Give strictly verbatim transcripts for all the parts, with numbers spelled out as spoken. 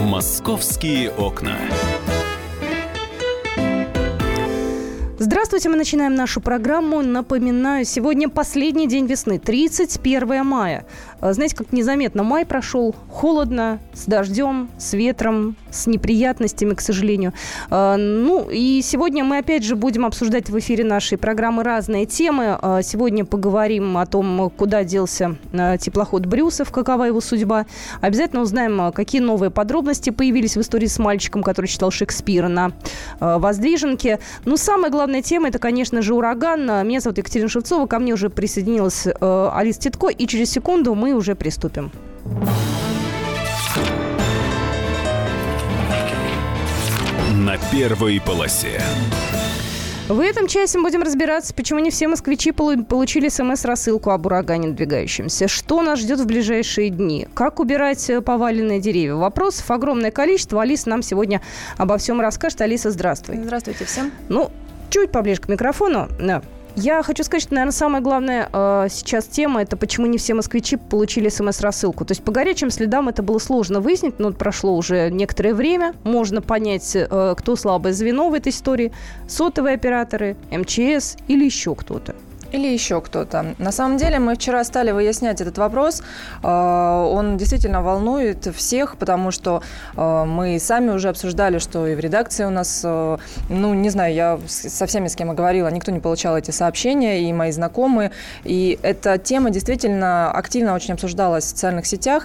«Московские окна». Здравствуйте, мы начинаем нашу программу. Напоминаю, сегодня последний день весны, тридцать первое мая. Знаете, как незаметно май прошел, холодно, с дождем, с ветром, с неприятностями, к сожалению. Ну, и сегодня мы опять же будем обсуждать в эфире нашей программы разные темы. Сегодня поговорим о том, куда делся теплоход Брюсов, какова его судьба. Обязательно узнаем, какие новые подробности появились в истории с мальчиком, который читал Шекспира на Воздвиженке. Ну, самое главное тема – это, конечно же, ураган. Меня зовут Екатерина Шевцова, ко мне уже присоединилась э, Алиса Титко, и через секунду мы уже приступим. На первой полосе. В этом часе мы будем разбираться, почему не все москвичи получили смс-рассылку об урагане надвигающемся. Что нас ждет в ближайшие дни? Как убирать поваленные деревья? Вопросов огромное количество. Алиса нам сегодня обо всем расскажет. Алиса, здравствуй. Здравствуйте всем. Ну, чуть поближе к микрофону. Я хочу сказать, что, наверное, самая главная э, сейчас тема – это почему не все москвичи получили смс-рассылку. То есть по горячим следам это было сложно выяснить, но прошло уже некоторое время. Можно понять, э, кто слабое звено в этой истории – сотовые операторы, эм че эс или еще кто-то. Или еще кто-то. На самом деле мы вчера стали выяснять этот вопрос. Он действительно волнует всех, потому что мы сами уже обсуждали, что и в редакции у нас, ну, не знаю, я со всеми, с кем я говорила, никто не получал эти сообщения, и мои знакомые. И эта тема действительно активно очень обсуждалась в социальных сетях.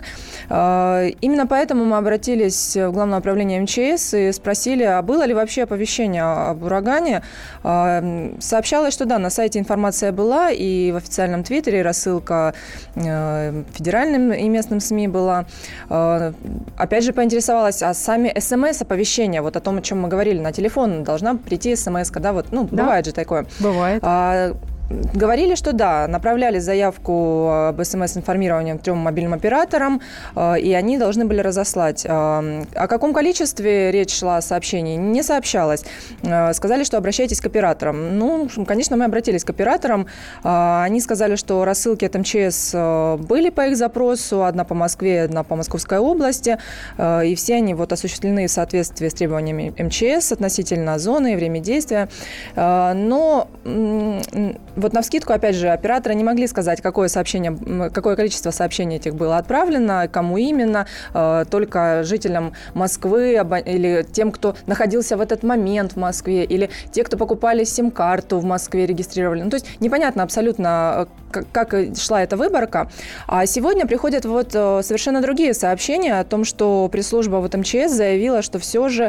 Именно поэтому мы обратились в Главное управление эм че эс и спросили, а было ли вообще оповещение об урагане. Сообщалось, что да, на сайте информация была, и в официальном твиттере рассылка э, федеральным и местным СМИ была. Э, опять же, поинтересовалась, а сами смс-оповещения, вот о том, о чем мы говорили, на телефон должна прийти смс, когда вот, ну, да? Бывает же такое. Бывает. А, Говорили, что да, направляли заявку об смс-информировании трем мобильным операторам, и они должны были разослать. О каком количестве речь шла сообщений, не сообщалось. Сказали, что обращайтесь к операторам. Ну, конечно, мы обратились к операторам. Они сказали, что рассылки от эм че эс были по их запросу, одна по Москве, одна по Московской области, и все они вот осуществлены в соответствии с требованиями эм че эс относительно зоны и времени действия. Но вот навскидку, опять же, операторы не могли сказать, какое сообщение, какое количество сообщений этих было отправлено, кому именно, только жителям Москвы или тем, кто находился в этот момент в Москве, или те, кто покупали сим-карту в Москве, регистрировали. Ну, то есть непонятно абсолютно, как, как шла эта выборка. А сегодня приходят вот совершенно другие сообщения о том, что пресс-служба вот эм че эс заявила, что все же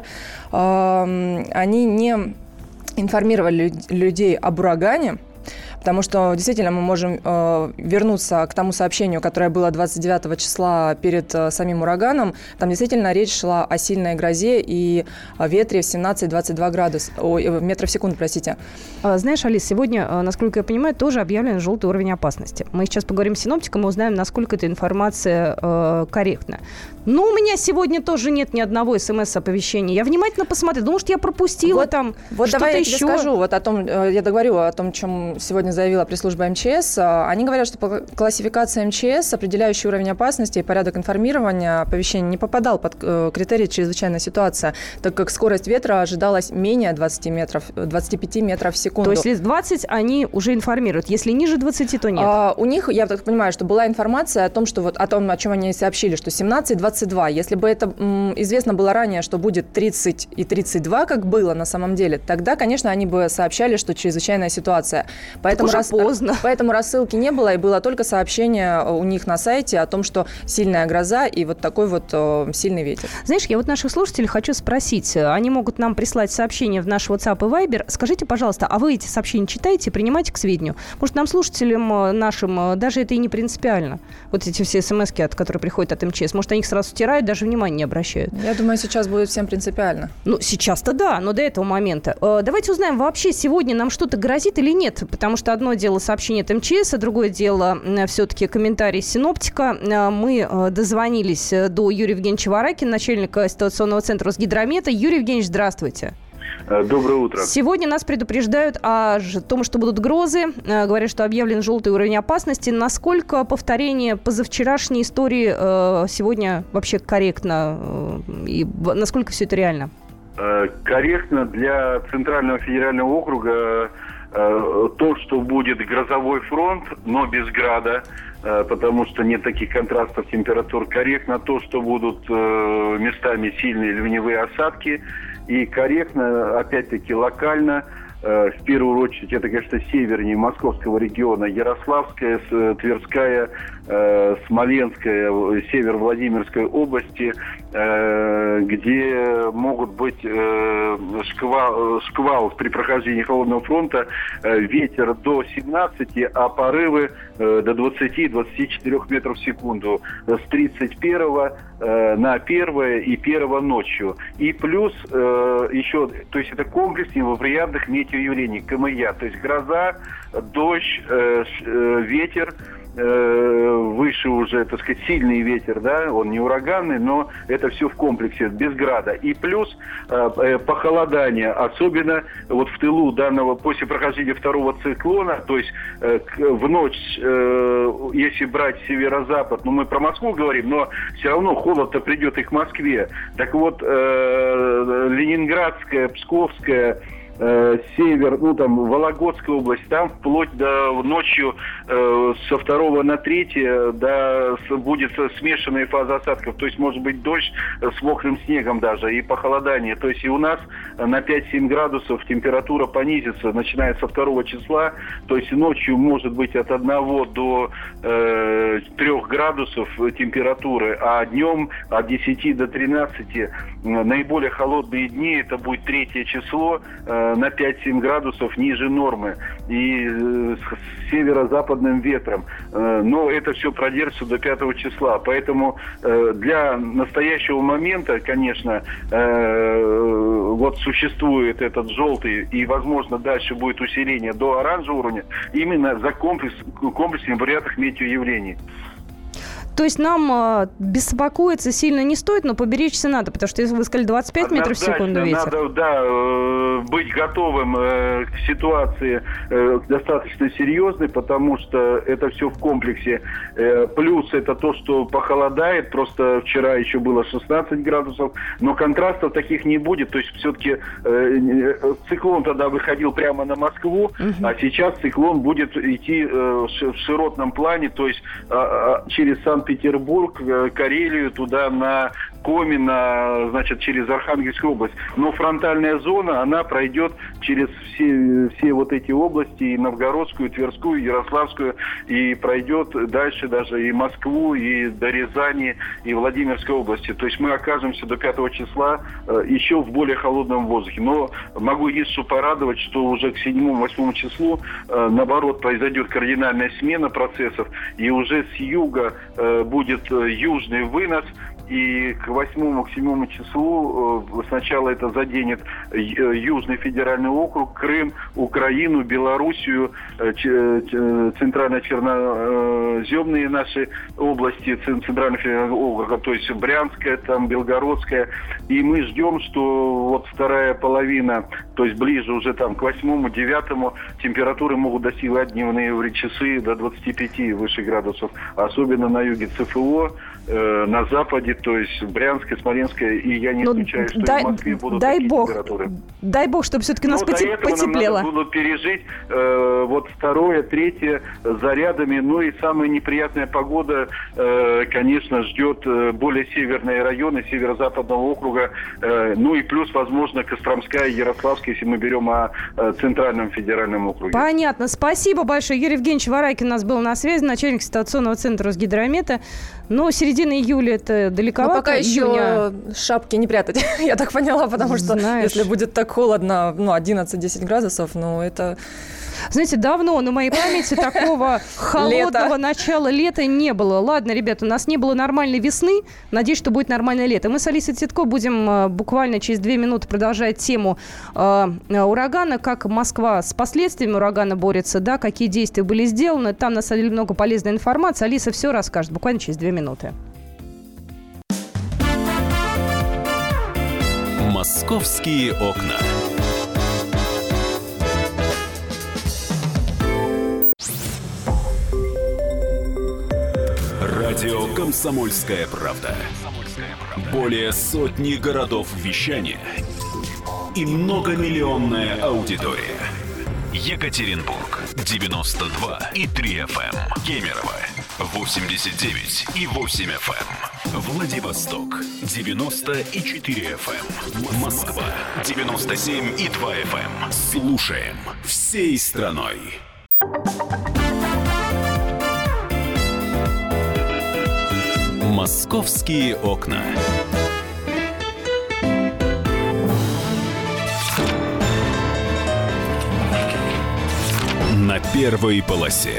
э, они не информировали людей об урагане, потому что действительно мы можем э, вернуться к тому сообщению, которое было двадцать девятого числа перед э, самим ураганом. Там действительно речь шла о сильной грозе и о ветре в семнадцать-двадцать два градуса, ой, метров в секунду, простите. Знаешь, Алис, сегодня, насколько я понимаю, тоже объявлен желтый уровень опасности. Мы сейчас поговорим с синоптиком и узнаем, насколько эта информация э, корректна. Но у меня сегодня тоже нет ни одного смс-оповещения. Я внимательно посмотрела, думаю, что я пропустила вот, там вот что-то давай я еще. тебе скажу вот о том, я договорю о том, чем сегодня заявила пресс-служба эм че эс. Они говорят, что по классификации эм че эс, определяющий уровень опасности и порядок информирования оповещения, не попадал под критерий чрезвычайная ситуация, так как скорость ветра ожидалась менее двадцати метров, двадцати пяти метров в секунду. То есть если двадцать, они уже информируют. Если ниже двадцати, то нет. А, у них, я так понимаю, что была информация о том, что вот о том, о чем они сообщили, что семнадцать двадцать два. Если бы это м, известно было ранее, что будет тридцать и тридцать два, как было на самом деле, тогда, конечно, они бы сообщали, что чрезвычайная ситуация. Поэтому, уже рас... поздно. Поэтому рассылки не было, и было только сообщение у них на сайте о том, что сильная гроза и вот такой вот о, сильный ветер. Знаешь, я вот наших слушателей хочу спросить. Они могут нам прислать сообщения в наш WhatsApp и Viber. Скажите, пожалуйста, а вы эти сообщения читаете и принимаете к сведению? Может, нам, слушателям нашим, даже это и не принципиально. Вот эти все смс-ки, от которые приходят от эм че эс. Может, они их сразу стирают, даже внимания не обращают. Я думаю, сейчас будет всем принципиально. Ну, сейчас-то да, но до этого момента. Давайте узнаем, вообще сегодня нам что-то грозит или нет. Потому что одно дело сообщение от эм че эс, а другое дело все-таки комментарий синоптика. Мы дозвонились до Юрия Евгеньевича Варакина, начальника ситуационного центра Росгидромета. Юрий Евгеньевич, здравствуйте. Доброе утро. Сегодня нас предупреждают о том, что будут грозы. Говорят, что объявлен желтый уровень опасности. Насколько повторение позавчерашней истории сегодня вообще корректно? И насколько все это реально? Корректно для Центрального федерального округа то, что будет грозовой фронт, но без града, потому что нет таких контрастов температур. Корректно то, что будут местами сильные ливневые осадки. И корректно, опять-таки, локально, в первую очередь, это, конечно, севернее Московского региона, Ярославская, Тверская, Смоленская, север Владимирской области, где могут быть шквал, шквал при прохождении холодного фронта, ветер до семнадцати, а порывы до двадцати-двадцати четырёх метров в секунду с тридцать первого на первое и первого ночью. И плюс еще, то есть это комплекс неблагоприятных метеоявлений, КМЯ, то есть гроза, дождь, ветер, выше уже, так сказать, сильный ветер, да, он не ураганный, но это все в комплексе, без града. И плюс э, похолодание, особенно вот в тылу данного, после прохождения второго циклона, то есть э, в ночь, э, если брать северо-запад, ну мы про Москву говорим, но все равно холод-то придет и к Москве. Так вот, э, Ленинградская, Псковская, Э, север, ну там Вологодская область, там вплоть до ночью э, со второго на третье, да, с, будет смешанная фаза осадков, то есть может быть дождь с мокрым снегом даже и похолодание, то есть и у нас на пять-семь градусов температура понизится, начиная со второго числа, то есть ночью может быть от одного до э, трех градусов температуры, а днем от десяти до тринадцати. Наиболее холодные дни, это будет третье число, э, на пять-семь градусов ниже нормы и э, с северо-западным ветром. Э, но это все продержится до пятого числа. Поэтому э, для настоящего момента, конечно, э, вот существует этот желтый, и, возможно, дальше будет усиление до оранжевого уровня, именно за комплекс, комплекс неблагоприятных метеоявлений. То есть нам э, беспокоиться сильно не стоит, но поберечься надо, потому что, если вы сказали двадцать пять метров в секунду ветер. Надо, да, э, быть готовым э, к ситуации э, достаточно серьезной, потому что это все в комплексе. Э, плюс это то, что похолодает, просто вчера еще было шестнадцать градусов, но контрастов таких не будет, то есть все-таки э, циклон тогда выходил прямо на Москву, угу. а сейчас циклон будет идти э, в широтном плане, то есть э, через Санкт Петербург, Карелию, туда на Коми, на, значит, через Архангельскую область. Но фронтальная зона, она пройдет через все, все вот эти области, и Новгородскую, и Тверскую, и Ярославскую, и пройдет дальше даже и Москву, и до Рязани, и Владимирской области. То есть мы окажемся до пятого числа э, еще в более холодном воздухе. Но могу единственное порадовать, что уже к седьмому-восьмому числу, э, наоборот, произойдет кардинальная смена процессов, и уже с юга э, будет южный вынос, и к восьмому, к седьмому числу э, сначала это заденет Южный федеральный округ, Крым, Украину, Белоруссию, э, э, центрально-черноземные наши области, Центрального федерального округа, то есть Брянская, там, Белгородская. И мы ждем, что вот вторая половина, то есть ближе уже там к восьмому, девятому, температуры могут достигать дневные часы до двадцати пяти выше градусов, особенно на юге ЦФО, э, на западе, то есть Брянская, Смоленская, и я не исключаю, что дай, и в Москве будут дай такие бог, температуры. Дай бог, чтобы все-таки у нас потеп- потеплело. Нам надо было пережить э, вот второе, третье зарядами, ну и самая неприятная погода, э, конечно, ждет э, более северные районы северо-западного округа, э, ну и плюс, возможно, Костромская, Ярославская, если мы берем о, о Центральном федеральном округе. Понятно. Спасибо большое. Юрий Евгеньевич Варакин у нас был на связи, начальник ситуационного центра Росгидромета. Но середина июля это далековато. Но пока июня... еще шапки не прятать, я так поняла, потому что Знаешь... если будет так холодно, ну, одиннадцать-десять градусов, ну, это... Знаете, давно на моей памяти такого холодного начала лета не было. Ладно, ребята, у нас не было нормальной весны. Надеюсь, что будет нормальное лето. Мы с Алисой Цветко будем буквально через две минуты продолжать тему э, урагана, как Москва с последствиями урагана борется, да, какие действия были сделаны. Там, на самом деле, много полезной информации. Алиса все расскажет буквально через две минуты. «Московские окна». Радио «Комсомольская правда». Более сотни городов вещания и многомиллионная аудитория. Екатеринбург девяносто два и три эф эм, Кемерово восемьдесят девять и восемь эф эм, Владивосток девяносто и четыре эф эм, Москва девяносто семь и два эф эм. Слушаем всей страной. Московские окна. На первой полосе.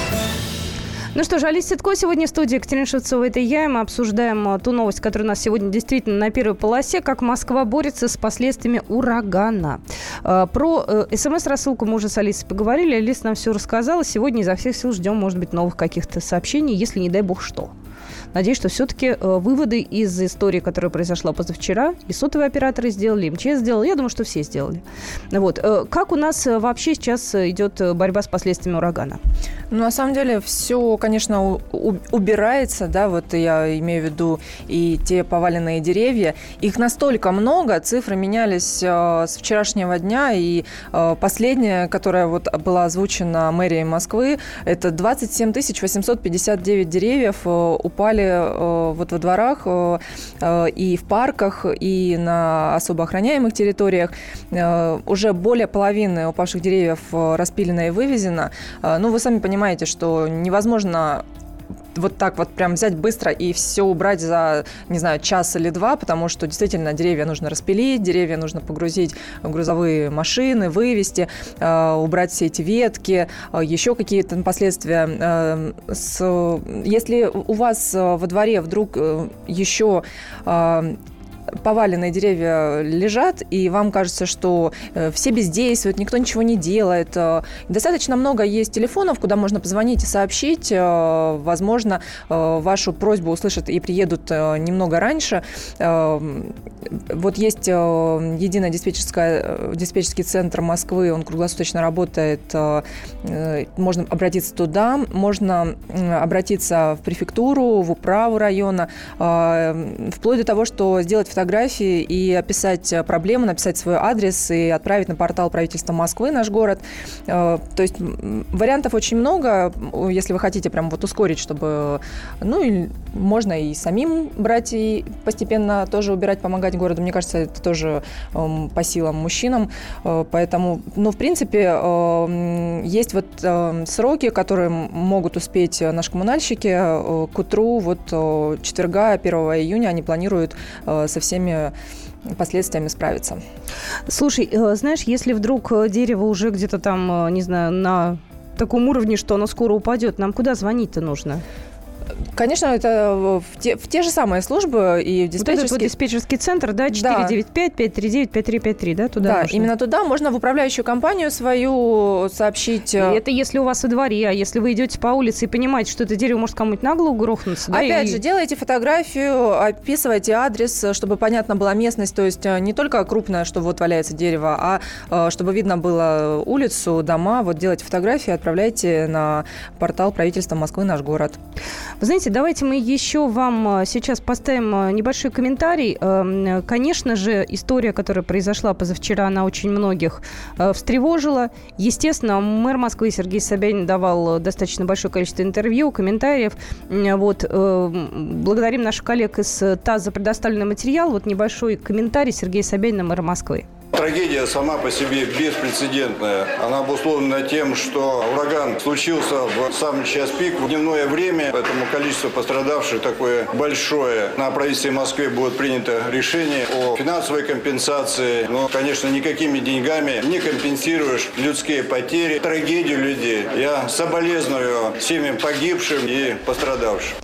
Ну что ж, Алиса Ситко сегодня в студии, Екатерина Шевцова, это я. Мы обсуждаем ту новость, которая у нас сегодня действительно на первой полосе, как Москва борется с последствиями урагана. Про СМС-рассылку мы уже с Алисой поговорили. Алиса нам все рассказала. Сегодня изо всех сил ждем, может быть, новых каких-то сообщений, если не дай бог что. Надеюсь, что все-таки э, выводы из истории, которая произошла позавчера, и сотовые операторы сделали, и эм че эс сделал. Я думаю, что все сделали. Вот. Э, как у нас э, вообще сейчас идет борьба с последствиями урагана? Ну, на самом деле, все, конечно, у- у- убирается, да, вот я имею в виду и те поваленные деревья. Их настолько много, цифры менялись э, с вчерашнего дня, и э, последняя, которая вот была озвучена мэрией Москвы, это двадцать семь тысяч восемьсот пятьдесят девять деревьев э, упали вот во дворах и в парках, и на особо охраняемых территориях. Уже более половины упавших деревьев распилено и вывезено. Ну, вы сами понимаете, что невозможно вот так вот прям взять быстро и все убрать за, не знаю, час или два, потому что действительно деревья нужно распилить, деревья нужно погрузить в грузовые машины, вывести, э, убрать все эти ветки, э, еще какие-то последствия. Э, с, если у вас во дворе вдруг э, еще э, поваленные деревья лежат, и вам кажется, что все бездействуют, никто ничего не делает. Достаточно много есть телефонов, куда можно позвонить и сообщить. Возможно, вашу просьбу услышат и приедут немного раньше. Вот есть единый диспетчерский центр Москвы, он круглосуточно работает. Можно обратиться туда, можно обратиться в префектуру, в управу района, вплоть до того, что сделать фотографии и описать проблему, написать свой адрес и отправить на портал правительства Москвы, наш город. То есть вариантов очень много, если вы хотите прям вот ускорить, чтобы, ну, и можно и самим брать и постепенно тоже убирать, помогать городу. Мне кажется, это тоже э, по силам мужчинам. Э, поэтому, ну, в принципе, э, есть вот э, сроки, которые могут успеть наши коммунальщики. Э, к утру вот э, четверга, первого июня, они планируют э, со всеми последствиями справиться. Слушай, знаешь, если вдруг дерево уже где-то там, не знаю, на таком уровне, что оно скоро упадет, нам куда звонить-то нужно? Конечно, это в те, в те же самые службы и в диспетчерский... Вот этот вот диспетчерский центр, да, четыре девять пять пять три девять пять три пять три, да, туда Да, можно? именно туда можно в управляющую компанию свою сообщить. И это если у вас во дворе, а если вы идете по улице и понимаете, что это дерево может кому-нибудь на голову грохнуться, да? Опять и... же, делайте фотографию, описывайте адрес, чтобы понятна была местность, то есть не только крупное, что вот валяется дерево, а чтобы видно было улицу, дома, вот делайте фотографии, отправляйте на портал правительства Москвы «Наш город». Вы знаете, давайте мы еще вам сейчас поставим небольшой комментарий. Конечно же, история, которая произошла позавчера, она очень многих встревожила. Естественно, мэр Москвы Сергей Собянин давал достаточно большое количество интервью, комментариев. Вот. Благодарим наших коллег из ТАСС за предоставленный материал. Вот небольшой комментарий Сергея Собянина, мэра Москвы. Трагедия сама по себе беспрецедентная. Она обусловлена тем, что ураган случился в самый час пик, в дневное время, поэтому количество пострадавших такое большое. На правительстве Москвы будет принято решение о финансовой компенсации, но, конечно, никакими деньгами не компенсируешь людские потери, трагедию людей. Я соболезную семьям погибшим и пострадавшим.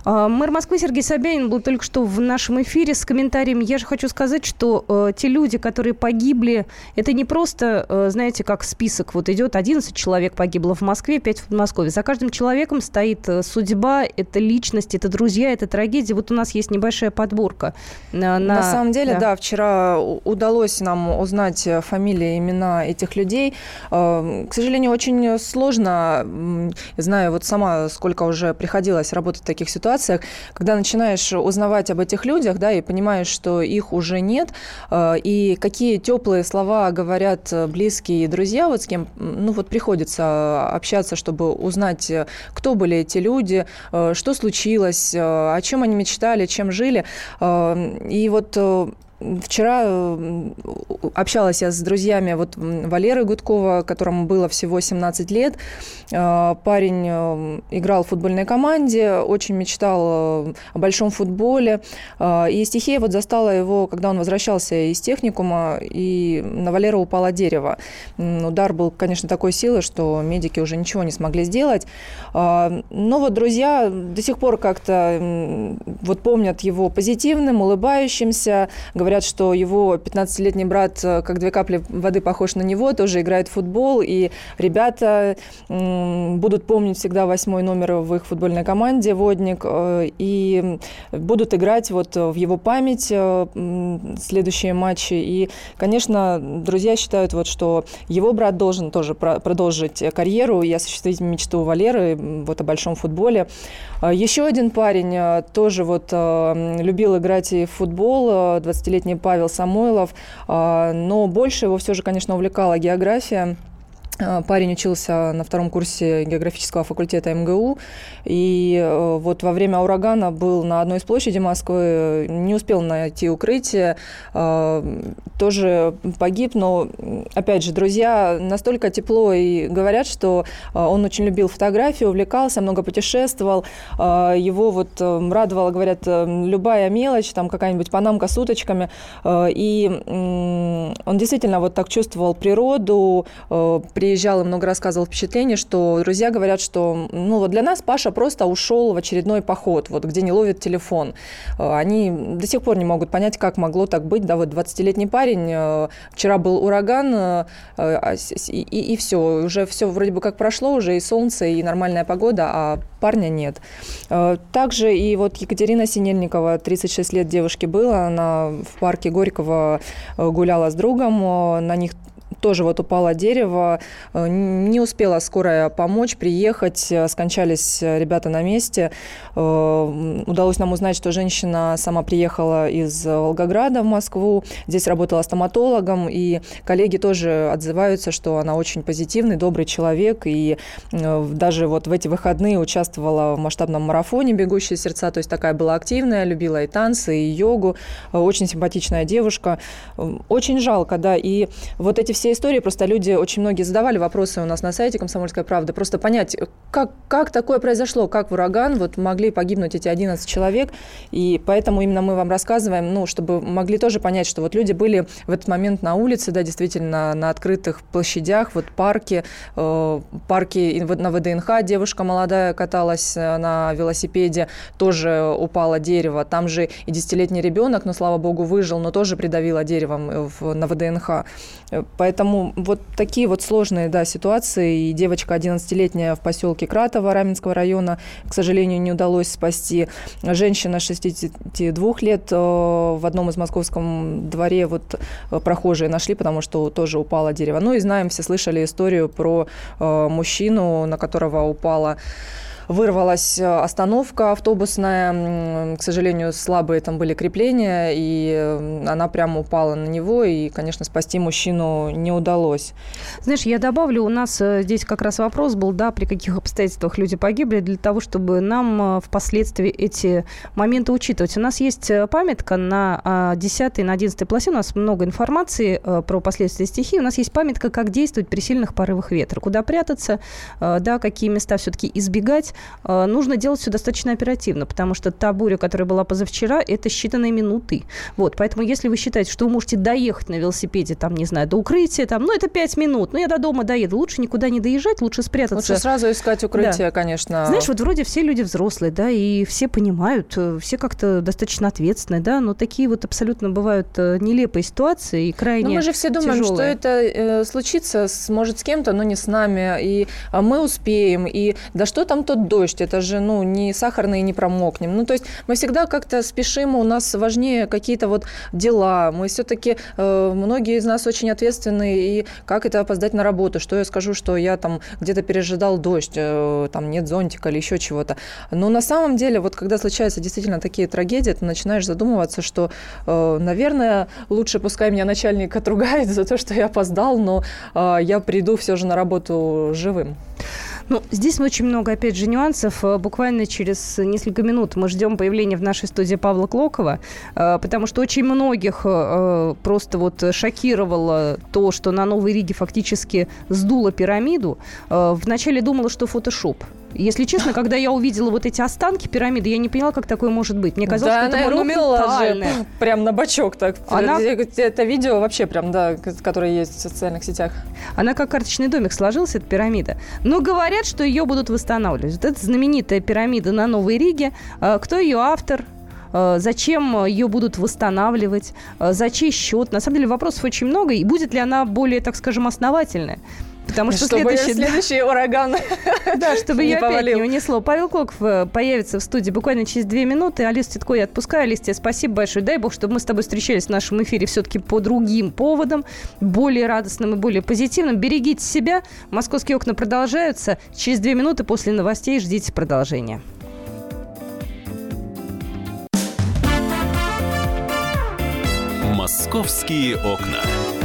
Мэр Москвы Сергей Собянин был только что в нашем эфире с комментарием. Я же хочу сказать, что э, те люди, которые погибли, это не просто, э, знаете, как список вот идет, одиннадцать человек погибло в Москве, пять в Подмосковье. За каждым человеком стоит э, судьба, это личность, это друзья, это трагедия. Вот у нас есть небольшая подборка. На, на самом деле, да. да, вчера удалось нам узнать фамилии, имена этих людей. Э, к сожалению, очень сложно, знаю, вот сама сколько уже приходилось работать в таких ситуациях, когда начинаешь узнавать об этих людях, да, и понимаешь, что их уже нет, и какие теплые слова говорят близкие и друзья, вот с кем, ну, вот приходится общаться, чтобы узнать, кто были эти люди, что случилось, о чем они мечтали, чем жили. И вот вчера общалась я с друзьями вот Валеры Гудкова, которому было всего семнадцать лет. Парень играл в футбольной команде, очень мечтал о большом футболе. И стихия вот застала его, когда он возвращался из техникума, и на Валеру упало дерево. Удар был, конечно, такой силы, что медики уже ничего не смогли сделать. Но вот друзья до сих пор как-то вот помнят его позитивным, улыбающимся, говорят, что его пятнадцатилетний брат, как две капли воды, похож на него, тоже играет в футбол, и ребята будут помнить всегда восьмой номер в их футбольной команде, Водник, и будут играть вот в его память следующие матчи. И, конечно, друзья считают, вот, что его брат должен тоже продолжить карьеру и осуществить мечту Валеры вот, о большом футболе. Еще один парень тоже вот любил играть и в футбол, двадцатилетний Павел Самойлов, но больше его все же, конечно, увлекала география. Парень учился на втором курсе географического факультета эм гэ у, и вот во время урагана был на одной из площадей Москвы, не успел найти укрытие, тоже погиб, но, опять же, друзья настолько тепло и говорят, что он очень любил фотографию, увлекался, много путешествовал, его вот радовала, говорят, любая мелочь, там какая-нибудь панамка с уточками, и он действительно вот так чувствовал природу, приезжал и много рассказывал впечатление, что друзья говорят, что ну, вот для нас Паша просто ушел в очередной поход, вот, где не ловит телефон. Они до сих пор не могут понять, как могло так быть. Да, вот двадцатилетний парень, вчера был ураган, и, и, и все, уже все вроде бы как прошло, уже и солнце, и нормальная погода, а парня нет. Также и вот Екатерина Синельникова, тридцать шесть лет девушке было, она в парке Горького гуляла с другом, на них тоже вот упало дерево, не успела скорая помочь, приехать, скончались ребята на месте. Удалось нам узнать, что женщина сама приехала из Волгограда в Москву, здесь работала стоматологом, и коллеги тоже отзываются, что она очень позитивный, добрый человек, и даже вот в эти выходные участвовала в масштабном марафоне «Бегущие сердца», то есть такая была активная, любила и танцы, и йогу, очень симпатичная девушка. Очень жалко, да, и вот эти все истории, просто люди, очень многие задавали вопросы у нас на сайте «Комсомольская правда», просто понять, как, как такое произошло, как в ураган вот могли погибнуть эти одиннадцать человек, и поэтому именно мы вам рассказываем, ну, чтобы могли тоже понять, что вот люди были в этот момент на улице, да, действительно, на открытых площадях, вот парки, э, парки на вэ дэ эн ха, девушка молодая каталась на велосипеде, тоже упало дерево, там же и десятилетний ребенок, но, слава богу, выжил, но тоже придавило деревом в, на вэ дэ эн ха. Поэтому вот такие вот сложные, да, ситуации. И девочка одиннадцатилетняя в поселке Кратово Раменского района, к сожалению, не удалось спасти. Женщина шестидесяти двух лет в одном из московском дворе вот прохожие нашли, потому что тоже упало дерево. Ну и знаем, все слышали историю про мужчину, на которого упала Вырвалась остановка автобусная, к сожалению, слабые там были крепления, и она прямо упала на него, и, конечно, спасти мужчину не удалось. Знаешь, я добавлю, у нас здесь как раз вопрос был, да, при каких обстоятельствах люди погибли, для того, чтобы нам впоследствии эти моменты учитывать. У нас есть памятка на десятой, на одиннадцатой полосе, у нас много информации про последствия стихии, у нас есть памятка, как действовать при сильных порывах ветра, куда прятаться, да, какие места все-таки избегать. нужно делать все достаточно оперативно, потому что та буря, которая была позавчера, это считанные минуты. Вот, поэтому если вы считаете, что вы можете доехать на велосипеде, там, не знаю, до укрытия, там, ну, это пять минут, ну, я до дома доеду, лучше никуда не доезжать, лучше спрятаться. Лучше сразу искать укрытие, да. конечно. Знаешь, вот вроде все люди взрослые, да, и все понимают, все как-то достаточно ответственны, да, но такие вот абсолютно бывают нелепые ситуации и крайне. Но мы же все думаем, тяжелые. Что это э, случится, с, может, с кем-то, но не с нами, и а мы успеем, и да что там тот дождь, это же, ну, не сахарный, не промокнем. Ну, то есть мы всегда как-то спешим, у нас важнее какие-то вот дела, мы все-таки, э, многие из нас очень ответственны, и как это опоздать на работу, что я скажу, что я там где-то пережидал дождь, э, там нет зонтика или еще чего-то. Но на самом деле, вот когда случаются действительно такие трагедии, ты начинаешь задумываться, что, э, наверное, лучше пускай меня начальник отругает за то, что я опоздал, но э, я приду все же на работу живым. Ну, здесь очень много, опять же, нюансов. Буквально через несколько минут мы ждем появления в нашей студии Павла Клокова, потому что очень многих просто вот шокировало то, что на Новой Риге фактически сдуло пирамиду. Вначале думала, что фотошоп. Если честно, когда я увидела вот эти останки пирамиды, я не поняла, как такое может быть. Мне казалось, да, что это монументальное. Же, прям на бочок так. Она... Это видео вообще прям, да, которое есть в социальных сетях. Она как карточный домик сложилась, эта пирамида. Но говорят, что ее будут восстанавливать. Вот это знаменитая пирамида на Новой Риге. Кто ее автор? Зачем ее будут восстанавливать? За чей счет? На самом деле вопросов очень много. И будет ли она более, так скажем, основательная? Потому что чтобы следующий, следующий ураган да, чтобы ее опять не унесло. Павел Клоков появится в студии буквально через две минуты. Алису Титко я отпускаю. Алис, тебе спасибо большое. Дай бог, чтобы мы с тобой встречались в нашем эфире все-таки по другим поводам, более радостным и более позитивным. Берегите себя. Московские окна продолжаются. Через две минуты после новостей ждите продолжения. Московские окна.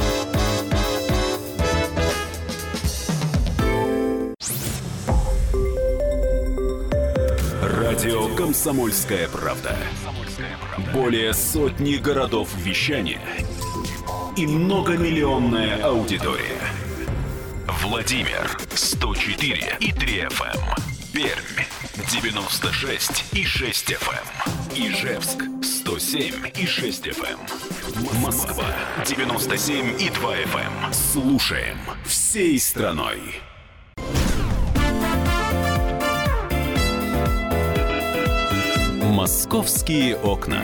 Радио «Комсомольская правда». Более сотни городов вещания и многомиллионная аудитория. Владимир сто четыре и три эф эм. Пермь девяносто шесть и шесть эф эм. Ижевск сто семь и шесть эф эм. Москва девяносто семь и два эф эм. Слушаем всей страной. Московские окна.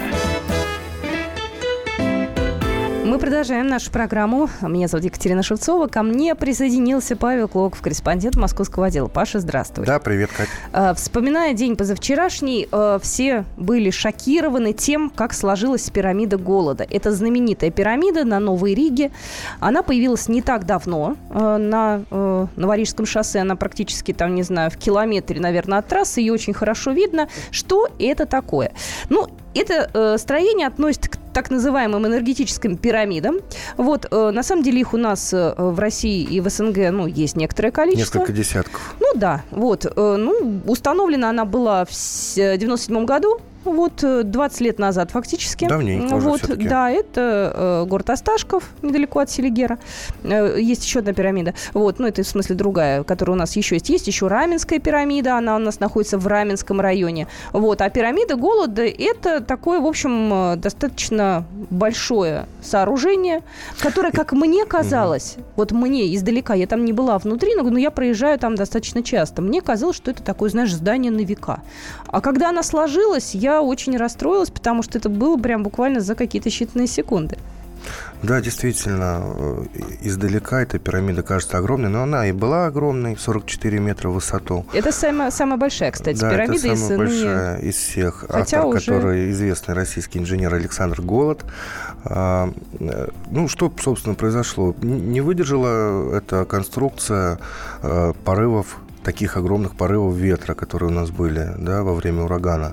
Мы продолжаем нашу программу. Меня зовут Екатерина Шевцова. Ко мне присоединился Павел Клоков, корреспондент московского отдела. Паша, здравствуй. Да, привет, Катя. Вспоминая день позавчерашний, все были шокированы тем, как сложилась пирамида голода. Это знаменитая пирамида на Новой Риге. Она появилась не так давно на Новорижском шоссе. Она практически, там, не знаю, в километре, наверное, от трассы. Ее очень хорошо видно. Что это такое? Ну, это э, строение относится к так называемым энергетическим пирамидам. Вот, э, на самом деле их у нас э, в России и в СНГ, ну, есть некоторое количество. Несколько десятков. Ну, да, вот. Э, ну, установлена она была в девяносто седьмом году. Вот двадцать лет назад фактически. Давненько уже вот, все-таки. Да, это э, город Осташков, недалеко от Селигера. Э, есть еще одна пирамида. Вот, ну, это в смысле другая, которая у нас еще есть. Есть еще Раменская пирамида, она у нас находится в Раменском районе. Вот, а пирамида голода – это такое, в общем, достаточно большое сооружение, которое, как мне казалось, вот мне издалека, я там не была внутри, но я проезжаю там достаточно часто, мне казалось, что это такое, знаешь, здание на века. А когда она сложилась, я очень расстроилась, потому что это было прям буквально за какие-то считанные секунды. Да, действительно, издалека эта пирамида кажется огромной, но она и была огромной, сорок четыре метра в высоту. Это самая, самая большая, кстати, да, пирамида. Это самая из, большая ныне... из всех. Хотя Автор, уже... который известный российский инженер Александр Голод. А, ну, что, собственно, произошло? Не выдержала эта конструкция а, порывов, таких огромных порывов ветра, которые у нас были, да, во время урагана.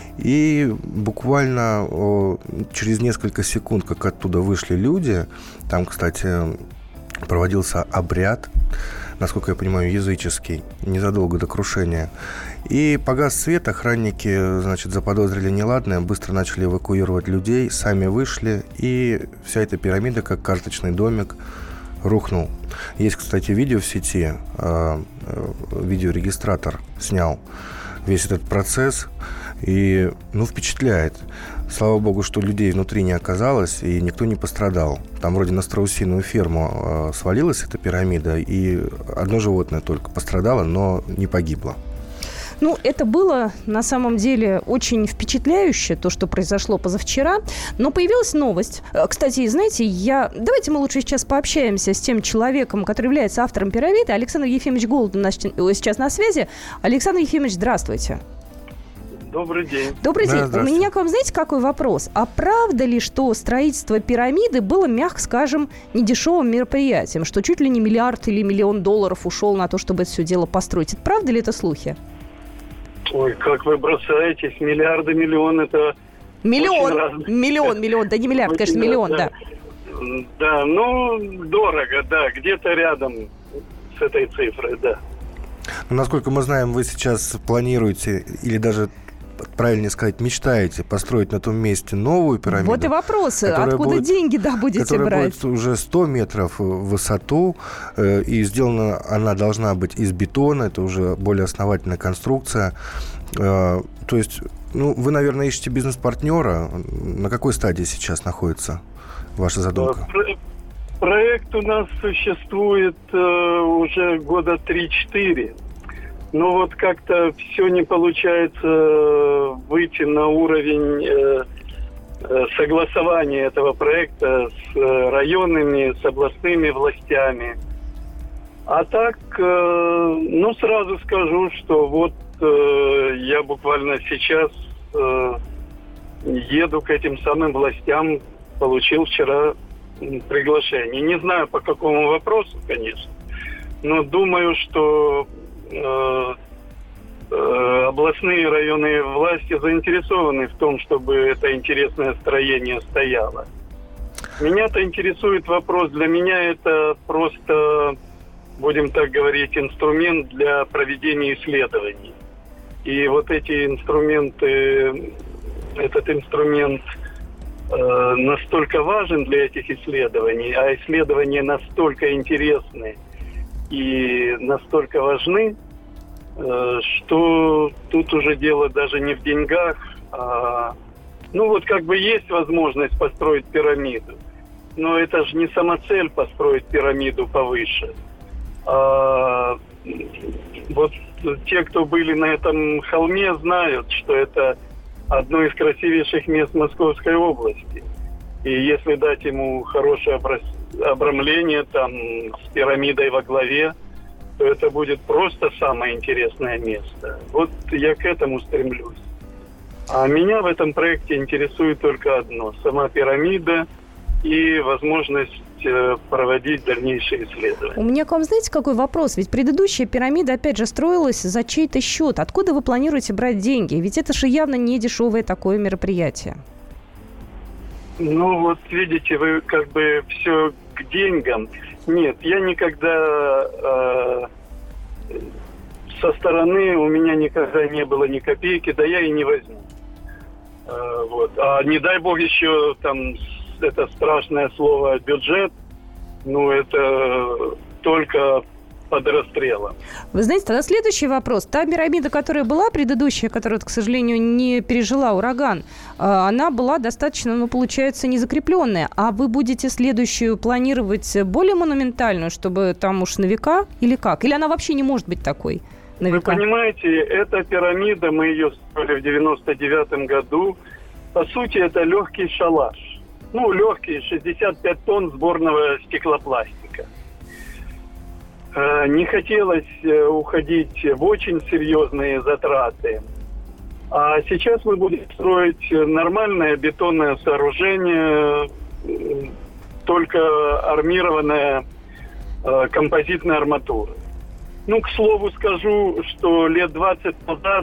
И буквально о, через несколько секунд, как оттуда вышли люди, там, кстати, проводился обряд, насколько я понимаю, языческий, незадолго до крушения. И погас свет, охранники, значит, заподозрили неладное, быстро начали эвакуировать людей, сами вышли, и вся эта пирамида, как карточный домик, рухнул. Есть, кстати, видео в сети, видеорегистратор снял. весь этот процесс. И, ну, впечатляет. Слава богу, что людей внутри не оказалось, и никто не пострадал. Там вроде на страусиную ферму э, свалилась эта пирамида, и одно животное только пострадало, но не погибло. Ну, это было на самом деле очень впечатляюще, то, что произошло позавчера. Но появилась новость. Кстати, знаете, я... давайте мы лучше сейчас пообщаемся с тем человеком, который является автором пирамиды. Александр Ефимович Голод у нас сейчас на связи. Александр Ефимович, здравствуйте. Добрый день. Добрый Да, день. У меня к вам, знаете, какой вопрос? А правда ли, что строительство пирамиды было, мягко скажем, недешевым мероприятием? Что чуть ли не миллиард или миллион долларов ушел на то, чтобы это все дело построить? Это правда ли это слухи? Ой, как вы бросаетесь. Миллиарды, миллион, это... Миллион, раз... миллион, миллион. Да не миллиард, очень конечно, миллион, да. да. Да, ну, дорого, да. Где-то рядом с этой цифрой, да. Но, насколько мы знаем, вы сейчас планируете или даже... правильнее сказать, мечтаете построить на том месте новую пирамиду. Вот и вопрос, откуда будет, деньги, да, будете которая брать? Которая будет уже сто метров в высоту, э, и сделана она должна быть из бетона, это уже более основательная конструкция. Э, то есть, ну, вы, наверное, ищете бизнес-партнера. На какой стадии сейчас находится ваша задумка? Про- проект у нас существует э, уже года три-четыре. Но вот как-то все не получается выйти на уровень э, э, согласования этого проекта с э, районными, с областными властями. А так, э, ну, сразу скажу, что вот э, я буквально сейчас э, еду к этим самым властям, получил вчера приглашение. Не знаю, по какому вопросу, конечно, но думаю, что областные и районные власти заинтересованы в том, чтобы это интересное строение стояло. Меня-то интересует вопрос. Для меня это просто, будем так говорить, инструмент для проведения исследований. И вот эти инструменты, этот инструмент э, настолько важен для этих исследований, а исследования настолько интересны и настолько важны, что тут уже дело даже не в деньгах, а, ну вот как бы есть возможность построить пирамиду, но это же не самоцель построить пирамиду повыше. А, вот те, кто были на этом холме, знают, что это одно из красивейших мест Московской области. И если дать ему хорошее обрамление там с пирамидой во главе, то это будет просто самое интересное место. Вот я к этому стремлюсь. А меня в этом проекте интересует только одно – сама пирамида и возможность проводить дальнейшие исследования. У меня к вам, знаете, какой вопрос? Ведь предыдущая пирамида, опять же, строилась за чей-то счет. Откуда вы планируете брать деньги? Ведь это же явно не дешевое такое мероприятие. Ну, вот видите, вы как бы все к деньгам. Нет, я никогда э, со стороны у меня никогда не было ни копейки, да я и не возьму. Э, вот. А не дай бог еще там это страшное слово бюджет, ну это только под расстрелом. Вы знаете, тогда следующий вопрос. Та пирамида, которая была предыдущая, которая, к сожалению, не пережила ураган, она была достаточно, ну, получается, незакрепленная. А вы будете следующую планировать более монументальную, чтобы там уж на века или как? Или она вообще не может быть такой на века? Вы понимаете, эта пирамида, мы ее строили в девяносто девятом году. По сути, это легкий шалаш. Ну, легкий, шестьдесят пять тонн сборного стеклопластика. Не хотелось уходить в очень серьезные затраты. А сейчас мы будем строить нормальное бетонное сооружение, только армированное композитной арматурой. Ну, к слову скажу, что лет двадцать назад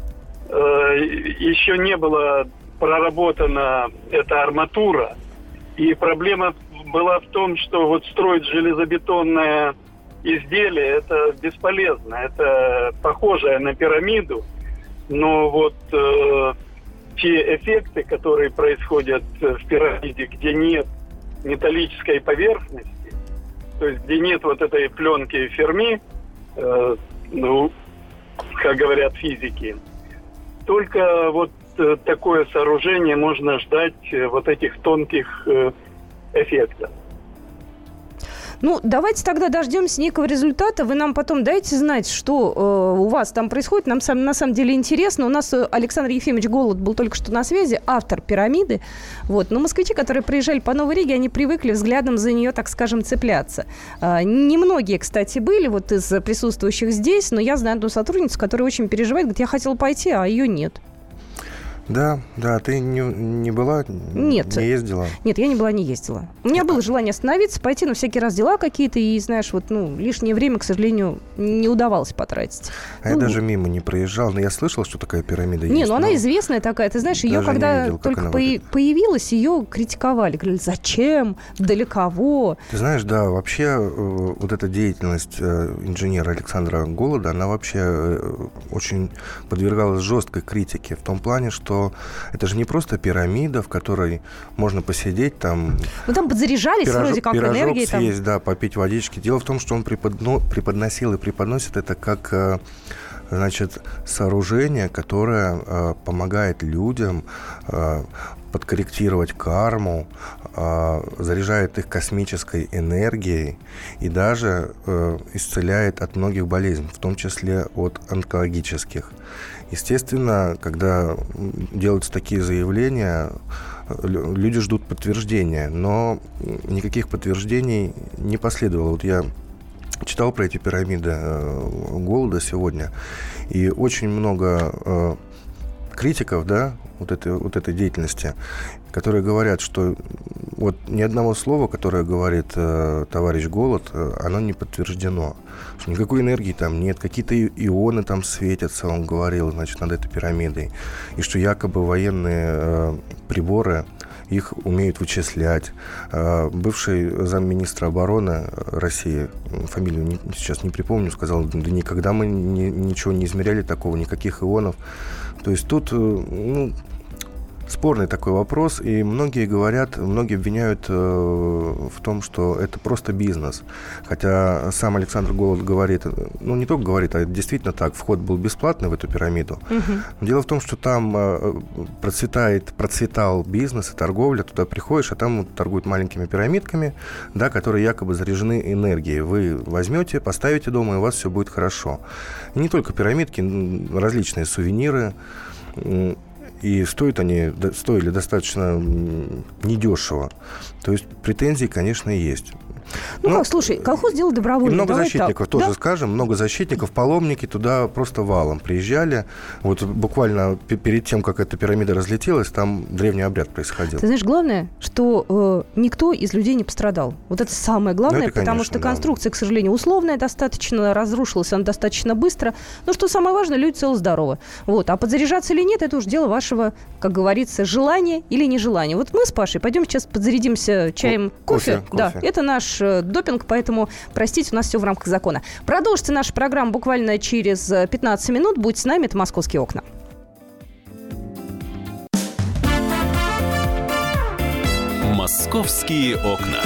еще не была проработана эта арматура. И проблема была в том, что вот строить железобетонное изделие, это бесполезно, это похожее на пирамиду, но вот э, те эффекты, которые происходят в пирамиде, где нет металлической поверхности, то есть где нет вот этой пленки Ферми, э, ну, как говорят физики. Только вот э, такое сооружение можно ждать э, вот этих тонких э, эффектов. Ну, давайте тогда дождемся некого результата. Вы нам потом дайте знать, что э, у вас там происходит. Нам сам, на самом деле интересно. У нас Александр Ефимович Голод был только что на связи, автор «Пирамиды». Вот. Но москвичи, которые приезжали по Новой Риге, они привыкли взглядом за нее, так скажем, цепляться. Э, немногие, кстати, были вот из присутствующих здесь, но я знаю одну сотрудницу, которая очень переживает, говорит, я хотела пойти, а ее нет. Да, да, ты не, не была, Нет. не ездила? Нет, я не была, не ездила. У меня было желание остановиться, пойти, но всякий раз дела какие-то, и, знаешь, вот, ну, лишнее время, к сожалению, не удавалось потратить. А ну, я даже мимо не проезжал, но я слышал, что такая пирамида не, есть. ну она известная такая, ты знаешь, ее, когда видел, только по- появилась, ее критиковали, говорили, зачем, далеково. Ты знаешь, да, вообще вот эта деятельность инженера Александра Голода, она вообще очень подвергалась жесткой критике, в том плане, что это же не просто пирамида, в которой можно посидеть там... Ну, там подзаряжались пирож... вроде как пирожок энергией. съесть, там... да, попить водички. Дело в том, что он преподно... преподносил и преподносит это как, значит, сооружение, которое помогает людям подкорректировать карму, заряжает их космической энергией и даже исцеляет от многих болезней, в том числе от онкологических. Естественно, когда делаются такие заявления, люди ждут подтверждения, но никаких подтверждений не последовало. Вот я читал про эти пирамиды Голода сегодня, и очень много критиков, да, вот этой, вот этой деятельности, которые говорят, что вот ни одного слова, которое говорит э, товарищ Голод, э, оно не подтверждено. Что никакой энергии там нет, какие-то ионы там светятся, он говорил, значит, над этой пирамидой. И что якобы военные э, приборы их умеют вычислять. Э, бывший замминистра обороны России, фамилию не, сейчас не припомню, сказал, да никогда мы ни, ничего не измеряли такого, никаких ионов. То есть тут, ну, спорный такой вопрос, и многие говорят, многие обвиняют э, в том, что это просто бизнес. Хотя сам Александр Голод говорит, ну, не только говорит, а действительно так, вход был бесплатный в эту пирамиду. Угу. Дело в том, что там э, процветает, процветал бизнес и торговля, туда приходишь, а там торгуют маленькими пирамидками, да, которые якобы заряжены энергией. Вы возьмете, поставите дома, и у вас все будет хорошо. И не только пирамидки, различные сувениры. И стоят они, стоили достаточно недешево. То есть претензии, конечно, есть. Ну, ну как, слушай, колхоз делал добровольно. И много Давай защитников, так. тоже да? скажем, много защитников, паломники туда просто валом приезжали. Вот буквально перед тем, как эта пирамида разлетелась, там древний обряд происходил. Ты знаешь, главное, что э, никто из людей не пострадал. Вот это самое главное, это, конечно, потому что да. конструкция, к сожалению, условная достаточно, разрушилась она достаточно быстро. Но что самое важное, люди целы-здоровы. Вот. А подзаряжаться или нет, это уж дело вашего, как говорится, желания или нежелания. Вот мы с Пашей пойдем сейчас подзарядимся чаем, кофе. кофе, да, кофе. это наш допинг, поэтому, простите, у нас все в рамках закона. Продолжится наша программа буквально через пятнадцать минут. Будьте с нами, это «Московские окна». «Московские окна».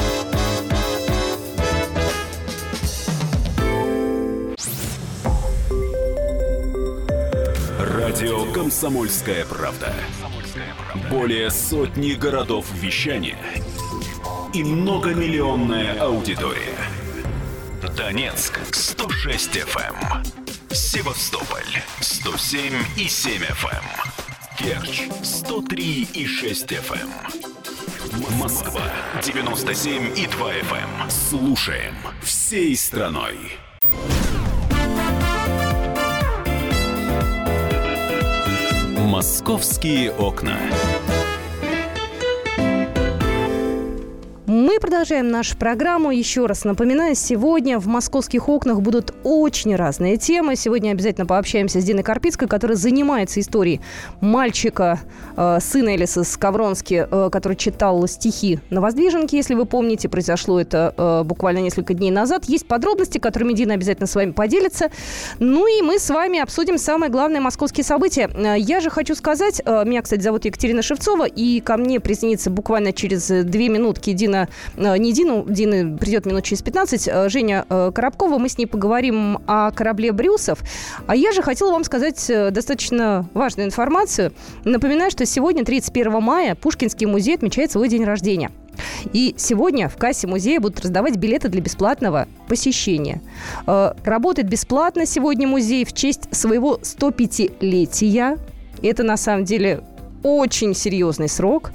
Радио «Комсомольская правда». Более сотни городов вещания и многомиллионная аудитория. Донецк сто шесть эф эм, Севастополь сто семь и семь эф эм, Керчь сто три и шесть эф эм, Москва девяносто семь и два эф эм. Слушаем всей страной. «Московские окна». Мы продолжаем нашу программу. Еще раз напоминаю, сегодня в «Московских окнах» будут очень разные темы. Сегодня обязательно пообщаемся с Диной Карпицкой, которая занимается историей мальчика, э, сына Элиса Скавронски, э, который читал стихи на Воздвиженке, если вы помните. Произошло это э, буквально несколько дней назад. Есть подробности, которыми Дина обязательно с вами поделится. Ну и мы с вами обсудим самые главные московские события. Э, я же хочу сказать, э, меня, кстати, зовут Екатерина Шевцова, и ко мне присоединится буквально через две минутки Дина не Дину. Дина придет минут через пятнадцать. Женя Коробкова. Мы с ней поговорим о корабле Брюсов. А я же хотела вам сказать достаточно важную информацию. Напоминаю, что сегодня, тридцать первого мая, Пушкинский музей отмечает свой день рождения. И сегодня в кассе музея будут раздавать билеты для бесплатного посещения. Работает бесплатно сегодня музей в честь своего сто пятилетия. Это, на самом деле, очень серьезный срок.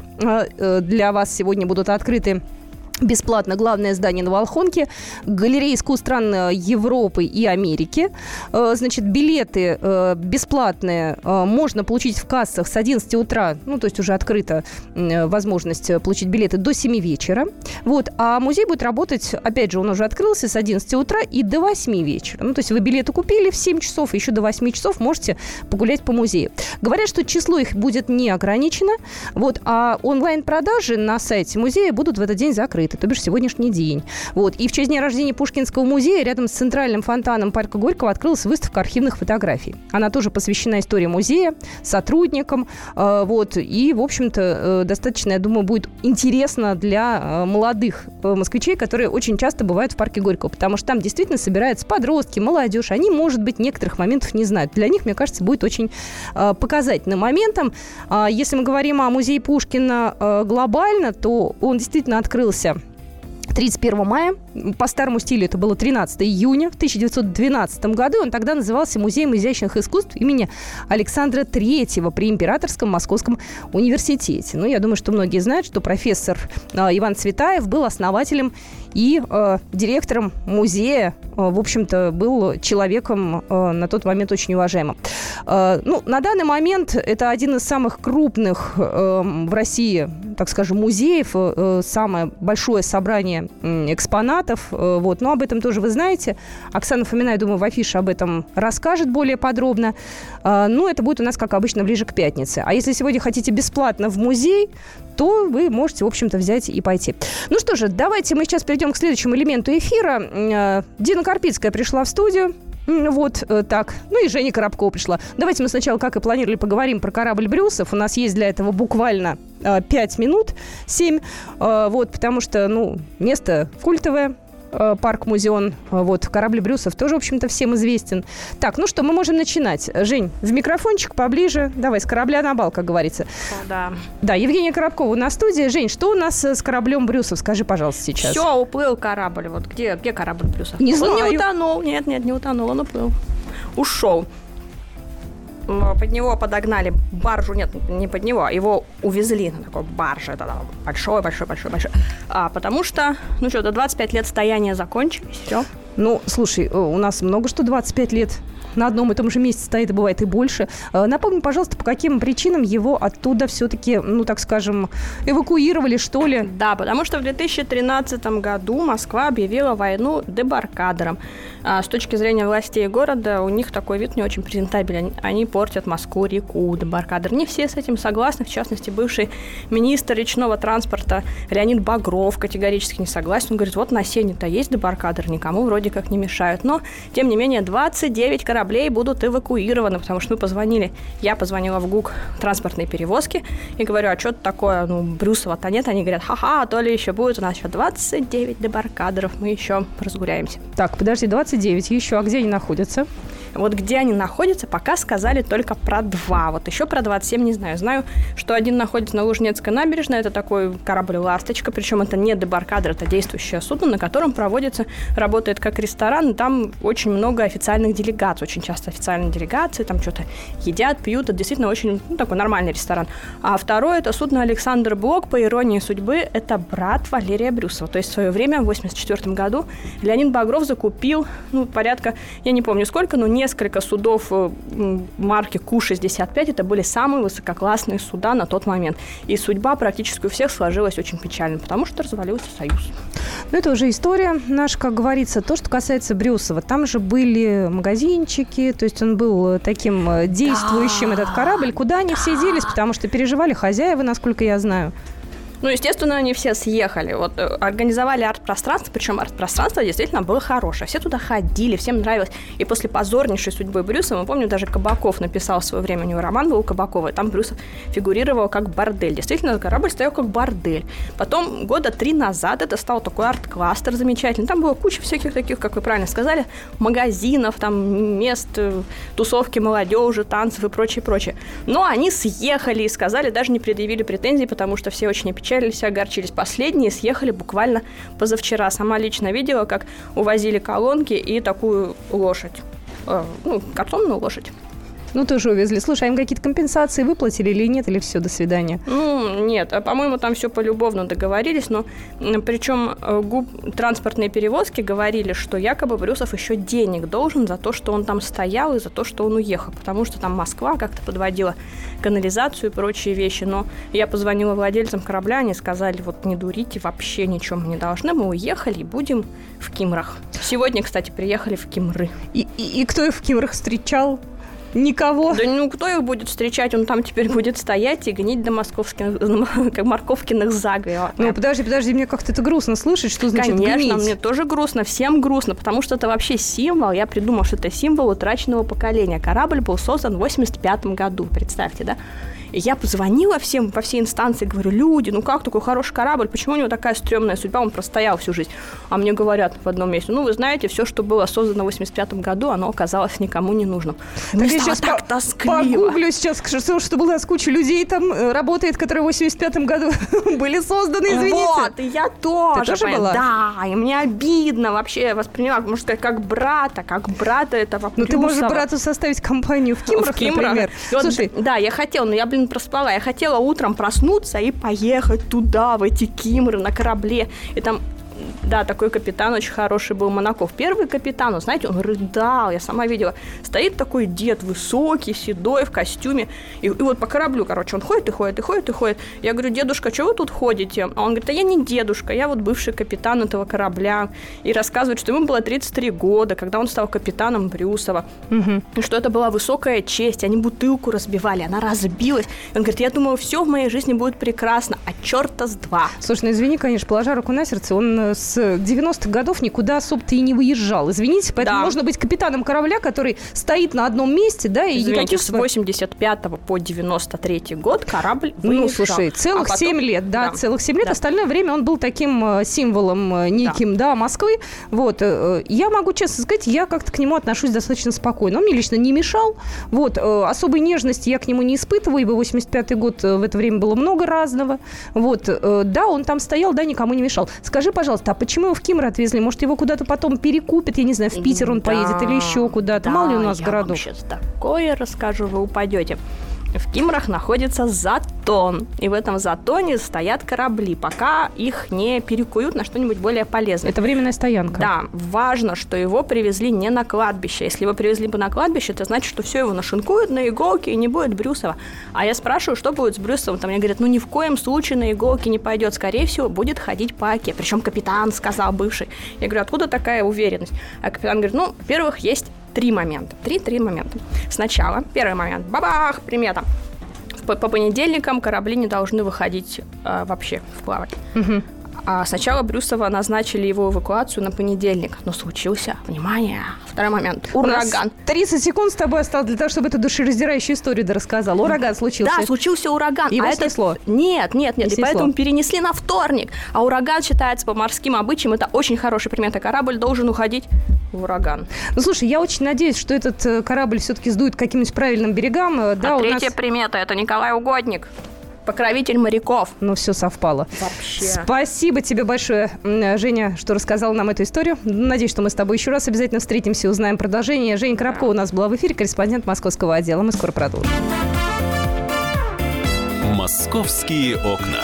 Для вас сегодня будут открыты бесплатно главное здание на Волхонке, галерея искусств стран Европы и Америки. Значит, билеты бесплатные можно получить в кассах с одиннадцати утра, ну, то есть уже открыта возможность получить билеты до семи вечера. Вот. А музей будет работать, опять же, он уже открылся с одиннадцати утра и до восьми вечера. Ну, то есть вы билеты купили в семь часов, еще до восьми часов можете погулять по музею. Говорят, что число их будет не ограничено, вот, а онлайн-продажи на сайте музея будут в этот день закрыты. То бишь сегодняшний день. Вот. И в честь дня рождения Пушкинского музея рядом с центральным фонтаном парка Горького открылась выставка архивных фотографий. Она тоже посвящена истории музея, сотрудникам. Э, вот. И, в общем-то, э, достаточно, я думаю, будет интересно для э, молодых э, москвичей, которые очень часто бывают в парке Горького, потому что там действительно собираются подростки, молодежь. Они, может быть, некоторых моментов не знают. Для них, мне кажется, будет очень э, показательным моментом. Э, если мы говорим о музее Пушкина э, глобально, то он действительно открылся тридцать первого мая. По старому стилю это было тринадцатого июня в тысяча девятьсот двенадцатом году. Он тогда назывался Музеем изящных искусств имени Александра Третьего при Императорском Московском университете. Ну, я думаю, что многие знают, что профессор э, Иван Цветаев был основателем и э, директором музея. Э, в общем-то, был человеком э, на тот момент очень уважаемым. Э, ну, на данный момент это один из самых крупных э, в России, так скажем, музеев. Э, самое большое собрание экспонатов. Вот. Но об этом тоже вы знаете. Оксана Фомина, я думаю, в афише об этом расскажет более подробно. Ну, это будет у нас, как обычно, ближе к пятнице. А если сегодня хотите бесплатно в музей, то вы можете, в общем-то, взять и пойти. Ну что же, давайте мы сейчас перейдем к следующему элементу эфира. Дина Карпицкая пришла в студию. Вот так. Ну и Женя Коробкова пришла. Давайте мы сначала, как и планировали, поговорим про корабль Брюсов. У нас есть для этого буквально пять минут, семь. Вот, потому что, ну, место культовое. Парк-музеон. Вот, корабль Брюсов тоже, в общем-то, всем известен. Так, ну что, мы можем начинать. Жень, в микрофончик поближе. Давай, с корабля на бал, как говорится. О, да. Да, Евгения Коробкова на студии. Жень, что у нас с кораблем Брюсов? Скажи, пожалуйста, сейчас. Все, уплыл корабль. Вот где, где корабль Брюсов? Не он знаю. не утонул. Нет, нет, не утонул, он уплыл. Ушел. Под него подогнали баржу, нет, не под него, его увезли на такой барже, это большой, большой, большой, большой, а, потому что, ну что, до двадцать пять лет стояния закончились, все. Ну, слушай, у нас много что двадцать пять лет на одном и том же месте стоит, и бывает и больше. Напомни, пожалуйста, по каким причинам его оттуда все-таки, ну, так скажем, эвакуировали, что ли? Да, потому что в две тысячи тринадцатом году Москва объявила войну дебаркадерам. А с точки зрения властей города, у них такой вид не очень презентабелен. Они портят Москву, реку, дебаркадер. Не все с этим согласны. В частности, бывший министр речного транспорта Леонид Багров категорически не согласен. Он говорит, вот на Сене-то есть дебаркадер, никому вроде как не мешают. Но, тем не менее, двадцать девять кораблей будут эвакуированы, потому что мы позвонили, я позвонила в ГУК транспортной перевозки и говорю, а что это такое, ну, Брюсова-то нет. Они говорят, ха-ха, то ли еще будет, у нас еще двадцать девять дебаркадеров, мы еще разгуляемся. Так, подожди, двадцать девять еще, а где они находятся? Вот где они находятся, пока сказали только про два. Вот еще про двадцать семь не знаю. Знаю, что один находится на Лужнецкой набережной. Это такой корабль «Ласточка». Причем это не дебаркадер, это действующее судно, на котором проводится, работает как ресторан. И там очень много официальных делегаций. Очень часто официальные делегации. Там что-то едят, пьют. Это действительно очень, ну, такой нормальный ресторан. А второе, это судно «Александр Блок». По иронии судьбы, это брат Валерия Брюсова. То есть в свое время, в восемьдесят четвёртом году, Леонид Багров закупил, ну, порядка, я не помню сколько, но несколько судов марки Ку шестьдесят пять. Это были самые высококлассные суда на тот момент. И судьба практически у всех сложилась очень печально, потому что развалился Союз. Ну, это уже история наша, как говорится. То, что касается Брюсова, там же были магазинчики, то есть он был таким действующим, да, этот корабль. Куда они да. все делись, потому что переживали хозяева, насколько я знаю. Ну, естественно, они все съехали. Вот э, организовали арт-пространство, причем арт-пространство действительно было хорошее. Все туда ходили, всем нравилось. И после позорнейшей судьбы Брюсова, мы помним, даже Кабаков написал в свое время, у него роман был у Кабакова, и там Брюсов фигурировал как бордель. Действительно, корабль стоял как бордель. Потом года три назад это стал такой арт-кластер замечательный. Там было куча всяких таких, как вы правильно сказали, магазинов, там мест тусовки молодежи, танцев и прочее, прочее. Но они съехали и сказали, даже не предъявили претензий, потому что все очень опечалились, огорчились. Последние съехали буквально позавчера. Сама лично видела, как увозили колонки и такую лошадь, э, ну, картонную лошадь. Ну, тоже увезли. Слушай, а им какие-то компенсации выплатили или нет, или все, до свидания? Ну, нет, а, по-моему, там все полюбовно договорились, но причем губ, транспортные перевозки говорили, что якобы Брюсов еще денег должен за то, что он там стоял и за то, что он уехал, потому что там Москва как-то подводила канализацию и прочие вещи, но я позвонила владельцам корабля, они сказали, вот не дурите, вообще ничего мы не должны, мы уехали и будем в Кимрах. Сегодня, кстати, приехали в Кимры. И, и, и кто их в Кимрах встречал? Никого. Да ну кто их будет встречать? Он там теперь будет стоять и гнить до московских, как морковкиных заговор. Ну подожди, подожди, мне как-то это грустно слышать, что значит Конечно, гнить? мне тоже грустно, всем грустно, потому что это вообще символ. Я придумала, что это символ утраченного поколения. Корабль был создан в восемьдесят пятом году, представьте, да? И я позвонила всем, по всей инстанции, говорю, люди, ну как такой хороший корабль, почему у него такая стрёмная судьба, он простоял всю жизнь. А мне говорят в одном месте, ну вы знаете, все, что было создано в восемьдесят пятом году, оно оказалось никому не нужным. Мне стало сейчас так по- тоскливо. Погуглю сейчас, что, что было с кучей людей там работает, которые в восемьдесят пятом году были созданы, извините. Вот, и я тоже. Ты тоже поняла? была? Да, и мне обидно вообще, я восприняла, можно сказать, как брата, как брата этого Ну ты можешь Брюсова. брату составить компанию в Кимрах, В Кимрах. например. И вот, Слушай, да, я хотела, но я, блин, проспала. Я хотела утром проснуться и поехать туда, в эти Кимры, на корабле. И там, да, такой капитан очень хороший был, Монаков. Первый капитан, он, знаете, он рыдал, я сама видела. Стоит такой дед высокий, седой, в костюме. И, и вот по кораблю, короче, он ходит и ходит, и ходит, и ходит. Я говорю, дедушка, что вы тут ходите? А он говорит, а я не дедушка, я вот бывший капитан этого корабля. И рассказывает, что ему было тридцать три года, когда он стал капитаном Брюсова. угу. И что это была высокая честь. Они бутылку разбивали, она разбилась. И он говорит, я думаю, все в моей жизни будет прекрасно, а черта с два. Слушай, ну извини, конечно, положа руку на сердце, он с девяностых годов никуда особо-то и не выезжал. Извините, поэтому Да. можно быть капитаном корабля, который стоит на одном месте, да, и Извините, никаких... с восемьдесят пятого по девяносто третий год корабль выезжал. Ну, слушай, целых А потом- семь лет, да, да. целых семь лет. Да. Остальное время он был таким э, символом э, неким, да, Москвы. Вот. э, Я могу честно сказать, я как-то к нему отношусь достаточно спокойно. Он мне лично не мешал. Вот. э, Особой нежности я к нему не испытываю, ибо восемьдесят пятый год э, в это время было много разного. Вот. э, Да, он там стоял, да, никому не мешал. Скажи, пожалуйста, а почему его в Кимры отвезли? Может, его куда-то потом перекупят, я не знаю, в Питер он Да, поедет или еще куда-то. да, Мало ли у нас я городов. вам сейчас такое расскажу, вы упадете. В Кимрах находится затон, и в этом затоне стоят корабли, пока их не перекуют на что-нибудь более полезное. Это временная стоянка. Да, важно, что его привезли не на кладбище. Если его привезли бы на кладбище, это значит, что все его нашинкуют на иголки и не будет Брюсова. А я спрашиваю, что будет с Брюсовым? Там мне говорят, ну ни в коем случае на иголки не пойдет. Скорее всего, будет ходить по оке. Причем капитан сказал бывший. Я говорю, откуда такая уверенность? А капитан говорит, ну, во-первых, есть три момента. Три-три момента. Сначала, первый момент, бабах, примета. По, по понедельникам корабли не должны выходить э, вообще в плавание. Угу. А сначала Брюсова назначили его эвакуацию на понедельник, но случился, внимание, второй момент, ураган. тридцать секунд с тобой осталось для того, чтобы эту душераздирающую историю дорассказал. Ураган случился. Да, случился ураган. Его а снесло? Это... Нет, нет, нет. Не И снесло. поэтому перенесли на вторник. А ураган считается по морским обычаям. Это очень хорошая примета. Корабль должен уходить в ураган. Ну, слушай, я очень надеюсь, что этот э, корабль все-таки сдует к каким-нибудь правильным берегам. Э, Да, а у третья нас... примета – это Николай Угодник, покровитель моряков. Ну, все совпало. Вообще. Спасибо тебе большое, м, Женя, что рассказала нам эту историю. Надеюсь, что мы с тобой еще раз обязательно встретимся и узнаем продолжение. Женя Коробкова у нас была в эфире, корреспондент московского отдела. Мы скоро продолжим. «Московские окна».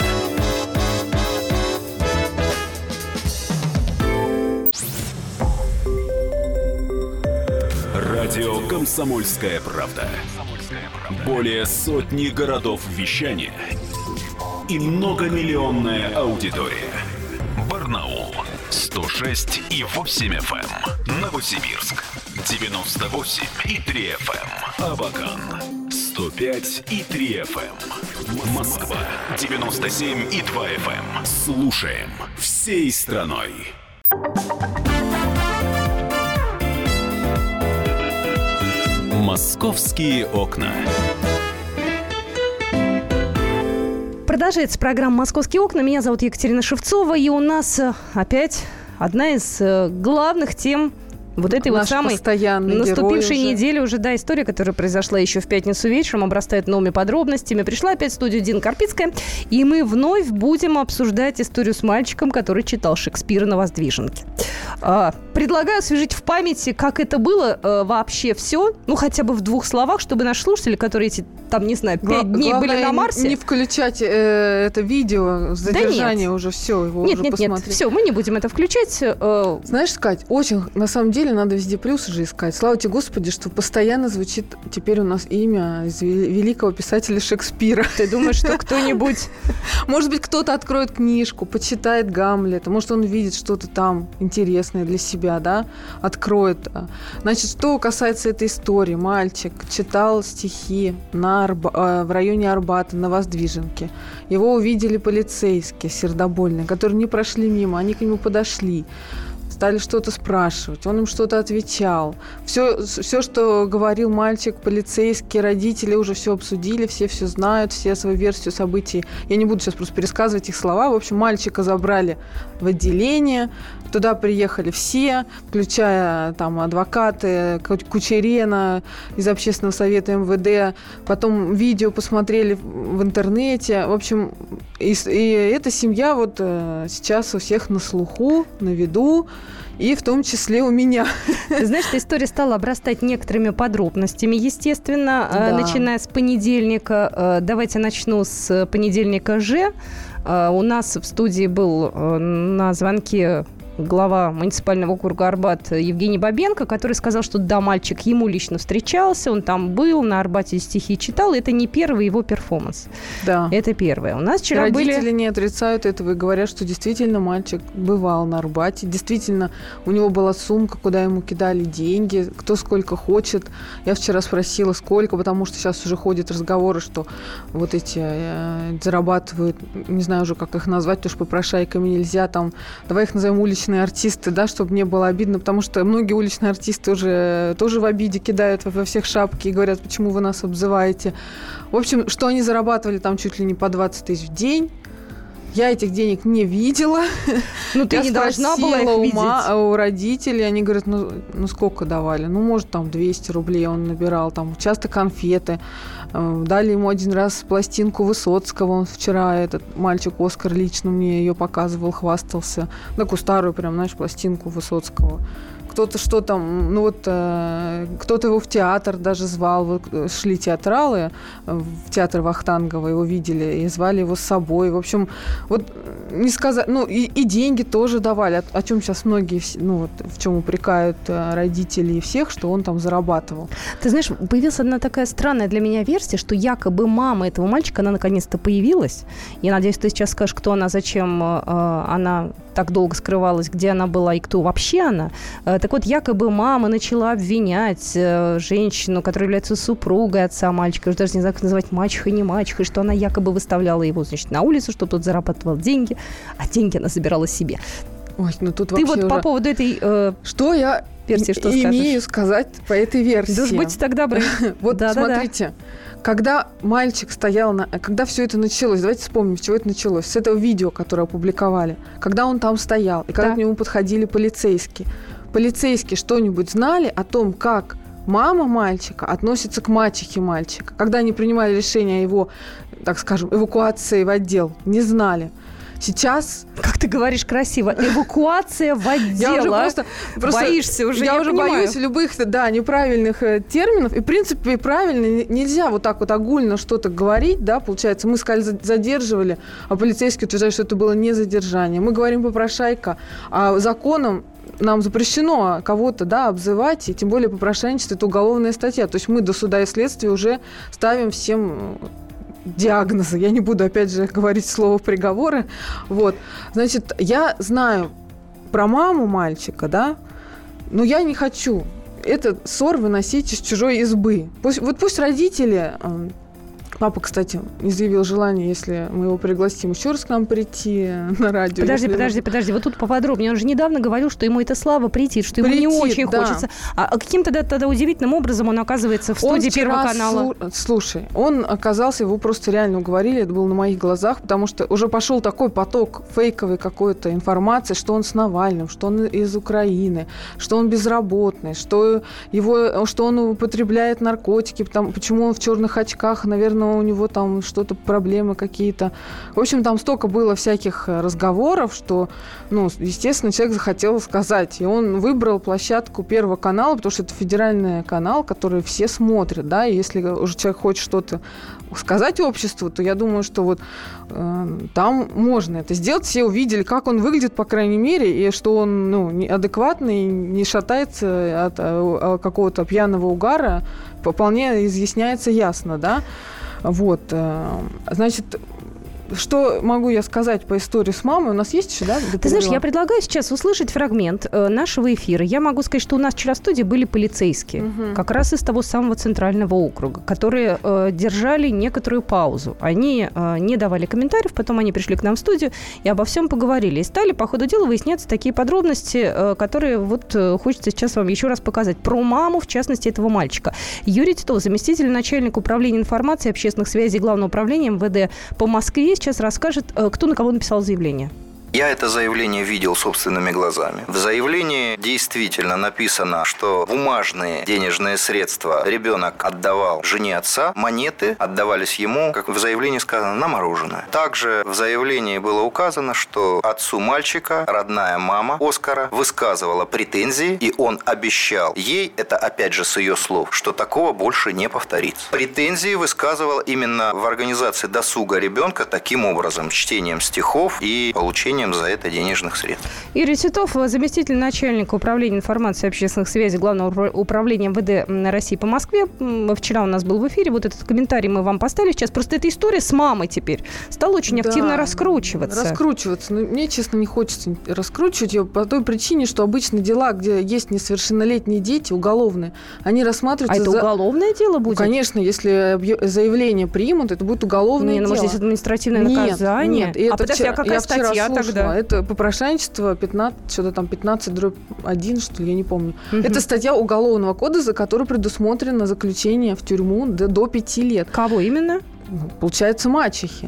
Радио «Комсомольская правда». Более сотни городов вещания и многомиллионная аудитория. Барнаул сто шесть и восемь эф эм, Новосибирск девяносто восемь и три эф эм, Абакан сто пять и три эф эм. Москва девяносто семь и два эф эм. Слушаем всей страной. Московские окна. Продолжается программа «Московские окна». Меня зовут Екатерина Шевцова. И у нас опять одна из главных тем вот этой Наш вот самой наступившей уже. недели уже, да, история, которая произошла еще в пятницу вечером, обрастает новыми подробностями. Пришла опять в студию Дина Карпицкая, и мы вновь будем обсуждать историю с мальчиком, который читал Шекспира на Воздвиженке. А, предлагаю освежить в памяти, как это было а, вообще все, ну, хотя бы в двух словах, чтобы наши слушатели, которые эти, там, не знаю, пять дней Главное, были на Марсе... не включать э, это видео, задержание да уже все, его нет, уже нет, посмотреть. Нет, все, мы не будем это включать. Э... Знаешь, Кать, очень, на самом деле, надо везде плюсы же искать. Слава тебе, Господи, что постоянно звучит теперь у нас имя из великого писателя Шекспира. Ты думаешь, что кто-нибудь... Может быть, кто-то откроет книжку, почитает Гамлета, может, он видит что-то там интересное для себя, да, откроет. Значит, что касается этой истории, мальчик читал стихи на Арба... в районе Арбата, на Воздвиженке. Его увидели полицейские сердобольные, которые не прошли мимо, они к нему подошли. Стали что-то спрашивать, он им что-то отвечал. Все, все, что говорил мальчик, полицейские, родители уже все обсудили, все все знают, все свою версию событий. Я не буду сейчас просто пересказывать их слова. В общем, мальчика забрали в отделение, туда приехали все, включая там адвокаты, Кучерена из Общественного совета эм вэ дэ. Потом видео посмотрели в интернете. В общем, и, и эта семья вот э, сейчас у всех на слуху, на виду. И в том числе у меня. Ты знаешь, эта история стала обрастать некоторыми подробностями, естественно, да. Начиная с понедельника. Давайте начну с понедельника же. У нас в студии был на звонке глава муниципального округа Арбат Евгений Бабенко, который сказал, что да, мальчик ему лично встречался, он там был, на Арбате стихи читал. Это не первый его перформанс. Да. Это первое. У нас вчера Родители были... не отрицают этого и говорят, что действительно мальчик бывал на Арбате. Действительно, у него была сумка, куда ему кидали деньги, кто сколько хочет. Я вчера спросила, сколько, потому что сейчас уже ходят разговоры, что вот эти э, зарабатывают, не знаю уже, как их назвать, потому что попрошайками нельзя, там, давай их назовем уличными артисты, да, чтобы не было обидно, потому что многие уличные артисты уже тоже в обиде кидают во всех шапки и говорят, почему вы нас обзываете. В общем, что они зарабатывали там чуть ли не по двадцать тысяч в день. Я этих денег не видела. Ну, ты я не должна была их видеть. У родителей, они говорят, ну, ну сколько давали? Ну, может, там двести рублей он набирал, там часто конфеты. Дали ему один раз пластинку Высоцкого. Он вчера, этот мальчик Оскар, лично мне ее показывал, хвастался. Такую старую прям, знаешь, пластинку Высоцкого. Кто-то что там, ну вот, э, кто-то его в театр даже звал. Вот, шли театралы в театр Вахтангова, его видели и звали его с собой. В общем, вот не сказать, ну и, и деньги тоже давали, о, о чем сейчас многие, ну вот, в чем упрекают родители и всех, что он там зарабатывал. Ты знаешь, появилась одна такая странная для меня версия, что якобы мама этого мальчика, она наконец-то появилась. Я надеюсь, ты сейчас скажешь, кто она, зачем э, она так долго скрывалась, где она была и кто вообще она. Так вот, якобы мама начала обвинять э, женщину, которая является супругой отца мальчика, уже даже не знаю, как называть, мачехой, не мачехой, что она якобы выставляла его, значит, на улицу, чтобы тот зарабатывал деньги, а деньги она забирала себе. Ой, ну тут Ты вот уже... по поводу этой э, что я версии, что имею скажешь? сказать по этой версии? Да уж будьте так добры. Вот смотрите, когда мальчик стоял, на... когда все это началось, давайте вспомним, с чего это началось, с этого видео, которое опубликовали, когда он там стоял, и когда да. к нему подходили полицейские. Полицейские что-нибудь знали о том, как мама мальчика относится к мачехе мальчика? Когда они принимали решение о его, так скажем, эвакуации в отдел, не знали. Сейчас... Как ты говоришь красиво. Эвакуация в отдел. Я уже просто, просто боишься уже, я, я уже понимаю. боюсь любых, да, неправильных э, терминов. И, в принципе, правильно нельзя вот так вот огульно что-то говорить, да, получается. Мы сказали, задерживали, а полицейские утверждают, что это было не задержание. Мы говорим попрошайка, а законом нам запрещено кого-то, да, обзывать, и тем более попрошайничество – это уголовная статья. То есть мы до суда и следствия уже ставим всем... диагнозы. Я не буду, опять же, говорить слово приговоры. Вот. Значит, я знаю про маму мальчика, да, но я не хочу этот ссор выносить из чужой избы. Пусть, вот пусть родители... Папа, кстати, изъявил желание, если мы его пригласим, еще раз к нам прийти на радио. Подожди, если... подожди, подожди. Вот тут поподробнее. Он же недавно говорил, что ему эта слава претит, что ему Претит, не очень да. хочется. А каким-то тогда удивительным образом он оказывается в студии Первого канала? Слу... Слушай, он оказался, его просто реально уговорили, это было на моих глазах, потому что уже пошел такой поток фейковой какой-то информации, что он с Навальным, что он из Украины, что он безработный, что, его... что он употребляет наркотики, потому... почему он в черных очках, наверное, у него там что-то, проблемы какие-то. В общем, там столько было всяких разговоров, что, ну, естественно, человек захотел сказать. И он выбрал площадку Первого канала, потому что это федеральный канал, который все смотрят, да, и если уже человек хочет что-то сказать обществу, то я думаю, что вот э, там можно это сделать. Все увидели, как он выглядит, по крайней мере, и что он, ну, адекватный, не шатается от, от какого-то пьяного угара, вполне изъясняется ясно, да. Вот, значит, что могу я сказать по истории с мамой? У нас есть еще, да? Ты знаешь, я предлагаю сейчас услышать фрагмент э, нашего эфира. Я могу сказать, что у нас вчера в студии были полицейские, угу. как раз из того самого центрального округа, которые э, держали некоторую паузу. Они э, не давали комментариев, потом они пришли к нам в студию и обо всем поговорили. И стали по ходу дела выясняться такие подробности, э, которые вот э, хочется сейчас вам еще раз показать. Про маму, в частности, этого мальчика. Юрий Титов, заместитель начальника управления информации и общественных связей Главного управления эм вэ дэ по Москве, сейчас расскажет, кто на кого написал заявление. Я это заявление видел собственными глазами. В заявлении действительно написано, что бумажные денежные средства ребенок отдавал жене отца, монеты отдавались ему, как в заявлении сказано, на мороженое. Также в заявлении было указано, что отцу мальчика родная мама Оскара высказывала претензии, и он обещал ей, это опять же с ее слов, что такого больше не повторится. Претензии высказывал именно в организации досуга ребенка таким образом, чтением стихов и получением за это денежных средств. Юрий Титов, заместитель начальника управления информации и общественных связей Главного управления эм вэ дэ России по Москве. Вчера у нас был в эфире. Вот этот комментарий мы вам поставили сейчас. Просто эта история с мамой теперь стала очень да, активно раскручиваться. Раскручиваться. Но мне, честно, не хочется раскручивать ее по той причине, что обычно дела, где есть несовершеннолетние дети, уголовные, они рассматриваются... А это за... уголовное дело будет? Ну, конечно, если заявление примут, это будет уголовное не, дело. Ну, может, здесь административное наказание? Нет, нет. А подожди, а какая статья тогда? Это попрошайничество пятнадцать, что-то там пятнадцать дробь один, что ли, я не помню. Угу. Это статья Уголовного кодекса, которая предусмотрена заключение в тюрьму до, до пяти лет. Кого именно? Получается, мачехи.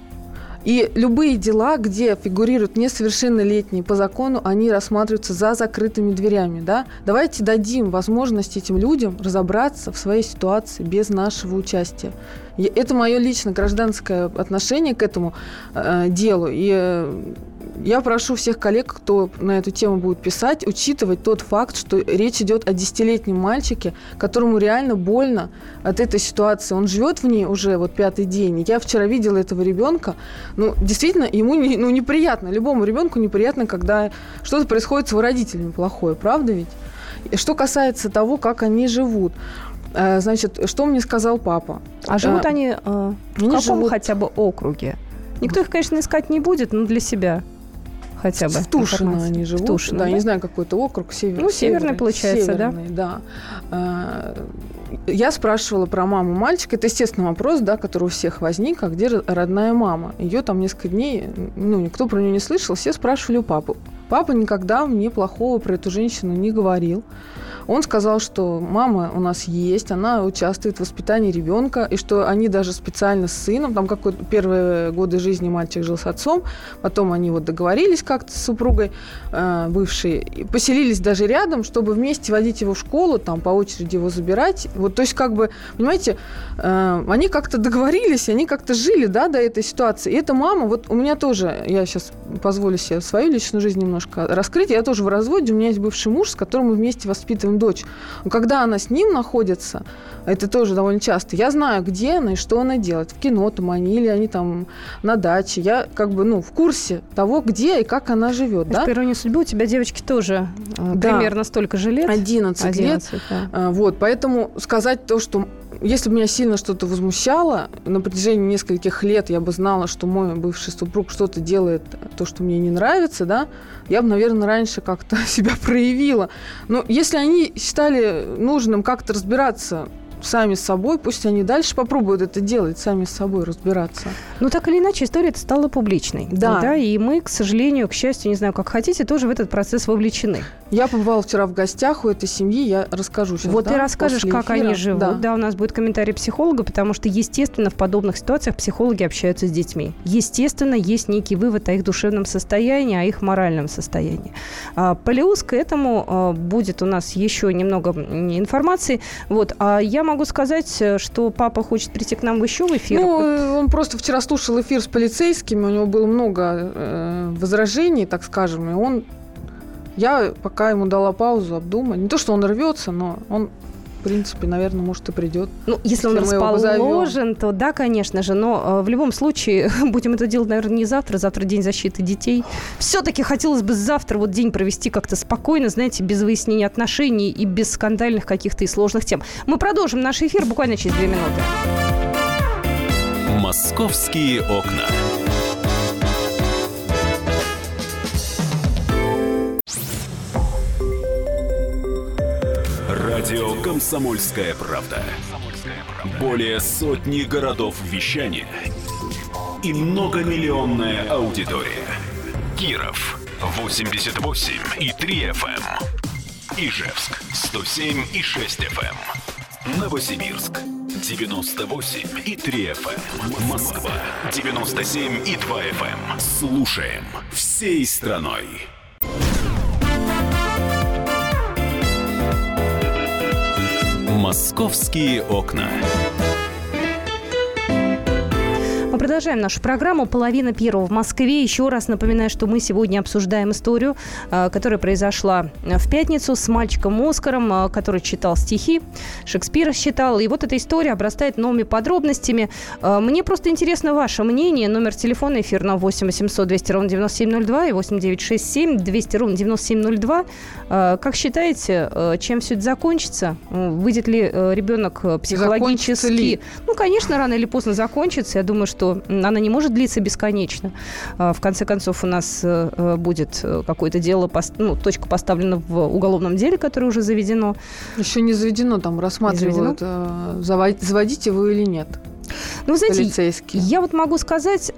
И любые дела, где фигурируют несовершеннолетние по закону, они рассматриваются за закрытыми дверями. Да? Давайте дадим возможность этим людям разобраться в своей ситуации без нашего участия. Это мое лично гражданское отношение к этому э, делу. И э, я прошу всех коллег, кто на эту тему будет писать, учитывать тот факт, что речь идет о десятилетнем мальчике, которому реально больно от этой ситуации. Он живет в ней уже вот пятый день. Я вчера видела этого ребенка. Ну, действительно, ему не, ну, неприятно. Любому ребенку неприятно, когда что-то происходит с его родителями плохое. Правда ведь? И что касается того, как они живут. Значит, что мне сказал папа? А живут а, они э, в они каком живут... хотя бы округе? Никто их, конечно, искать не будет, но для себя хотя бы. В Тушино они живут. В Тушино, да, да, не знаю, какой-то округ. Север, ну, северный, северный получается, северный, да? да. Я спрашивала про маму мальчика. Это, естественно, вопрос, да, который у всех возник. А где родная мама? Ее там несколько дней, ну, никто про нее не слышал. Все спрашивали у папы. Папа никогда мне плохого про эту женщину не говорил. Он сказал, что мама у нас есть, она участвует в воспитании ребенка, и что они даже специально с сыном, там какой-то первые годы жизни мальчик жил с отцом, потом они вот договорились как-то с супругой э, бывшей, и поселились даже рядом, чтобы вместе водить его в школу, там по очереди его забирать. Вот, то есть, как бы, понимаете, э, они как-то договорились, они как-то жили, да, до этой ситуации. И эта мама, вот у меня тоже, я сейчас позволю себе свою личную жизнь немножко раскрыть, я тоже в разводе, у меня есть бывший муж, с которым мы вместе воспитываем дочь. Но когда она с ним находится, это тоже довольно часто, я знаю, где она и что она делает. В кино там они, или они там на даче. Я как бы, ну, в курсе того, где и как она живет. Да? По иронии судьбы, у тебя девочки тоже да. примерно столько же лет. одиннадцать лет. Да. Вот, поэтому сказать то, что если бы меня сильно что-то возмущало, на протяжении нескольких лет я бы знала, что мой бывший супруг что-то делает, то, что мне не нравится, да, я бы, наверное, раньше как-то себя проявила. Но если они считали нужным как-то разбираться сами с собой, пусть они дальше попробуют это делать, сами с собой разбираться. Ну, так или иначе, история стала публичной. Да. да. И мы, к сожалению, к счастью, не знаю, как хотите, тоже в этот процесс вовлечены. Я побывала вчера в гостях у этой семьи, я расскажу сейчас. Вот да, ты расскажешь, как эфира. они живут. Да. Да. да, у нас будет комментарий психолога, потому что, естественно, в подобных ситуациях психологи общаются с детьми. Естественно, есть некий вывод о их душевном состоянии, о их моральном состоянии. А, плюс к этому а, будет у нас еще немного информации. Вот. А я могу сказать, что папа хочет прийти к нам еще в эфир. Ну, он просто вчера слушал эфир с полицейскими, у него было много э, возражений, так скажем, и он... Я пока ему дала паузу обдумать. Не то, что он рвется, но он, в принципе, наверное, может и придет. Ну, если, если он расположен, то да, конечно же. Но э, в любом случае будем это делать, наверное, не завтра. Завтра день защиты детей. Все-таки хотелось бы завтра вот день провести как-то спокойно, знаете, без выяснения отношений и без скандальных каких-то и сложных тем. Мы продолжим наш эфир буквально через две минуты. «Московские окна». Радио «Комсомольская правда». Более сотни городов вещания и многомиллионная аудитория. Киров восемьдесят восемь и три эф эм, Ижевск сто семь и шесть эф эм, Новосибирск девяносто восемь и три эф эм, Москва девяносто семь и два эф эм. Слушаем всей страной. «Московские окна». Мы продолжаем нашу программу. Половина первого в Москве. Еще раз напоминаю, что мы сегодня обсуждаем историю, которая произошла в пятницу с мальчиком Оскаром, который читал стихи, Шекспира читал. И вот эта история обрастает новыми подробностями. Мне просто интересно ваше мнение. Номер телефона эфирного восемь восемьсот двести ровно девяносто семь ноль два и восемь девятьсот шестьдесят семь двести ровно девяносто семь ноль два. Как считаете, чем все это закончится? Выйдет ли ребенок психологически? Ну, конечно, рано или поздно закончится. Я думаю, что она не может длиться бесконечно. В конце концов, у нас будет какое-то дело, ну, точка поставлена в уголовном деле, которое уже заведено. Еще не заведено, там рассматривают, заводить, заводить его или нет. Ну, знаете, я вот могу сказать,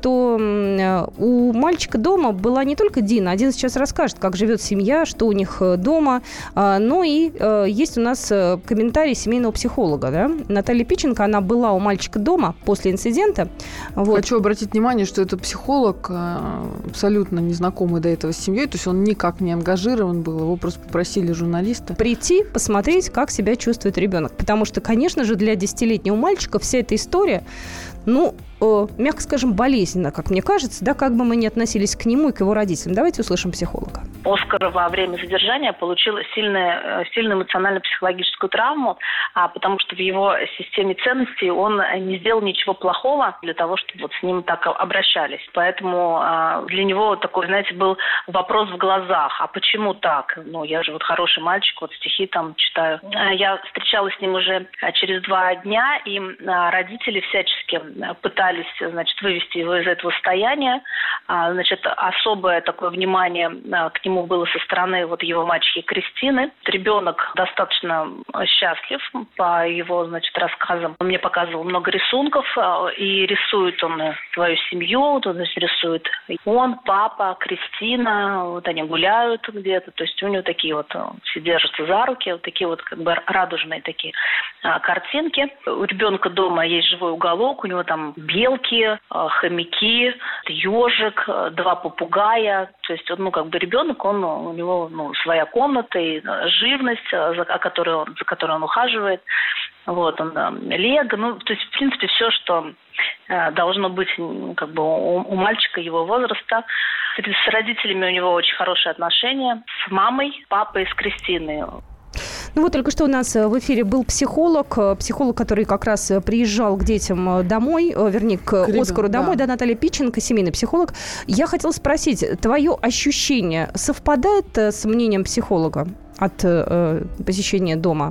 что у мальчика дома была не только Дина. Дина сейчас расскажет, как живет семья, что у них дома. Но и есть у нас комментарий семейного психолога. Да? Наталья Пиченко, она была у мальчика дома после инцидента. Вот. Хочу обратить внимание, что это психолог, абсолютно незнакомый до этого с семьей. То есть он никак не ангажирован был. Его просто попросили журналисты прийти, посмотреть, как себя чувствует ребенок. Потому что, конечно же, для десятилетнего мальчика вся эта история, ну, э, мягко скажем, болезненно, как мне кажется, да, как бы мы ни относились к нему и к его родителям. Давайте услышим психолога. Оскар во время задержания получил сильную, сильную эмоционально-психологическую травму, а, потому что в его системе ценностей он не сделал ничего плохого для того, чтобы вот с ним так обращались. Поэтому а, для него такой, знаете, был вопрос в глазах. А почему так? Ну, я же вот хороший мальчик, вот стихи там читаю. Я встречалась с ним уже через два дня, и а, родители всячески пытались, значит, вывести его из этого состояния. А, значит, особое такое внимание а, к нему было со стороны вот его мачехи Кристины. Ребенок достаточно счастлив по его, значит, рассказам. Он мне показывал много рисунков, и рисует он свою семью, то есть рисует он, папа, Кристина, вот они гуляют где-то, то есть у него такие вот, все держатся за руки, вот такие вот как бы радужные такие а, картинки. У ребенка дома есть живой уголок, у него там белки, хомяки, ежик, два попугая, то есть он, ну, как бы ребенок, он, у него, ну, своя комната и живность, за которой он, за которой он ухаживает. Вот, он, лего, ну, то есть, в принципе, все, что э, должно быть, как бы, у, у мальчика его возраста. С родителями у него очень хорошие отношения, с мамой, папой, с Кристиной. Ну вот только что у нас в эфире был психолог, психолог, который как раз приезжал к детям домой, вернее, к, к Оскару домой, да. да, Наталья Пиченко, семейный психолог. Я хотела спросить, твое ощущение совпадает с мнением психолога от э, посещения дома?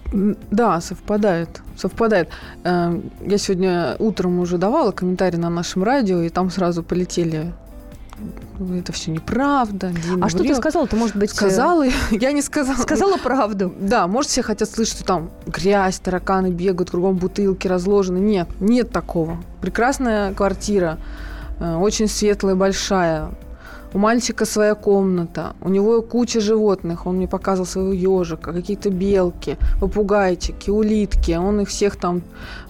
Да, совпадает. Совпадает. Я сегодня утром уже давала комментарий на нашем радио, и там сразу полетели: это все неправда. Дина а что ты сказала? Ты, может быть... Сказала, я не сказала. Сказала правду. Да, может, все хотят слышать, что там грязь, тараканы бегают, кругом бутылки разложены. Нет, нет такого. Прекрасная квартира, очень светлая, большая. У мальчика своя комната, у него куча животных, он мне показывал своего ежика, какие-то белки, попугайчики, улитки, он их всех там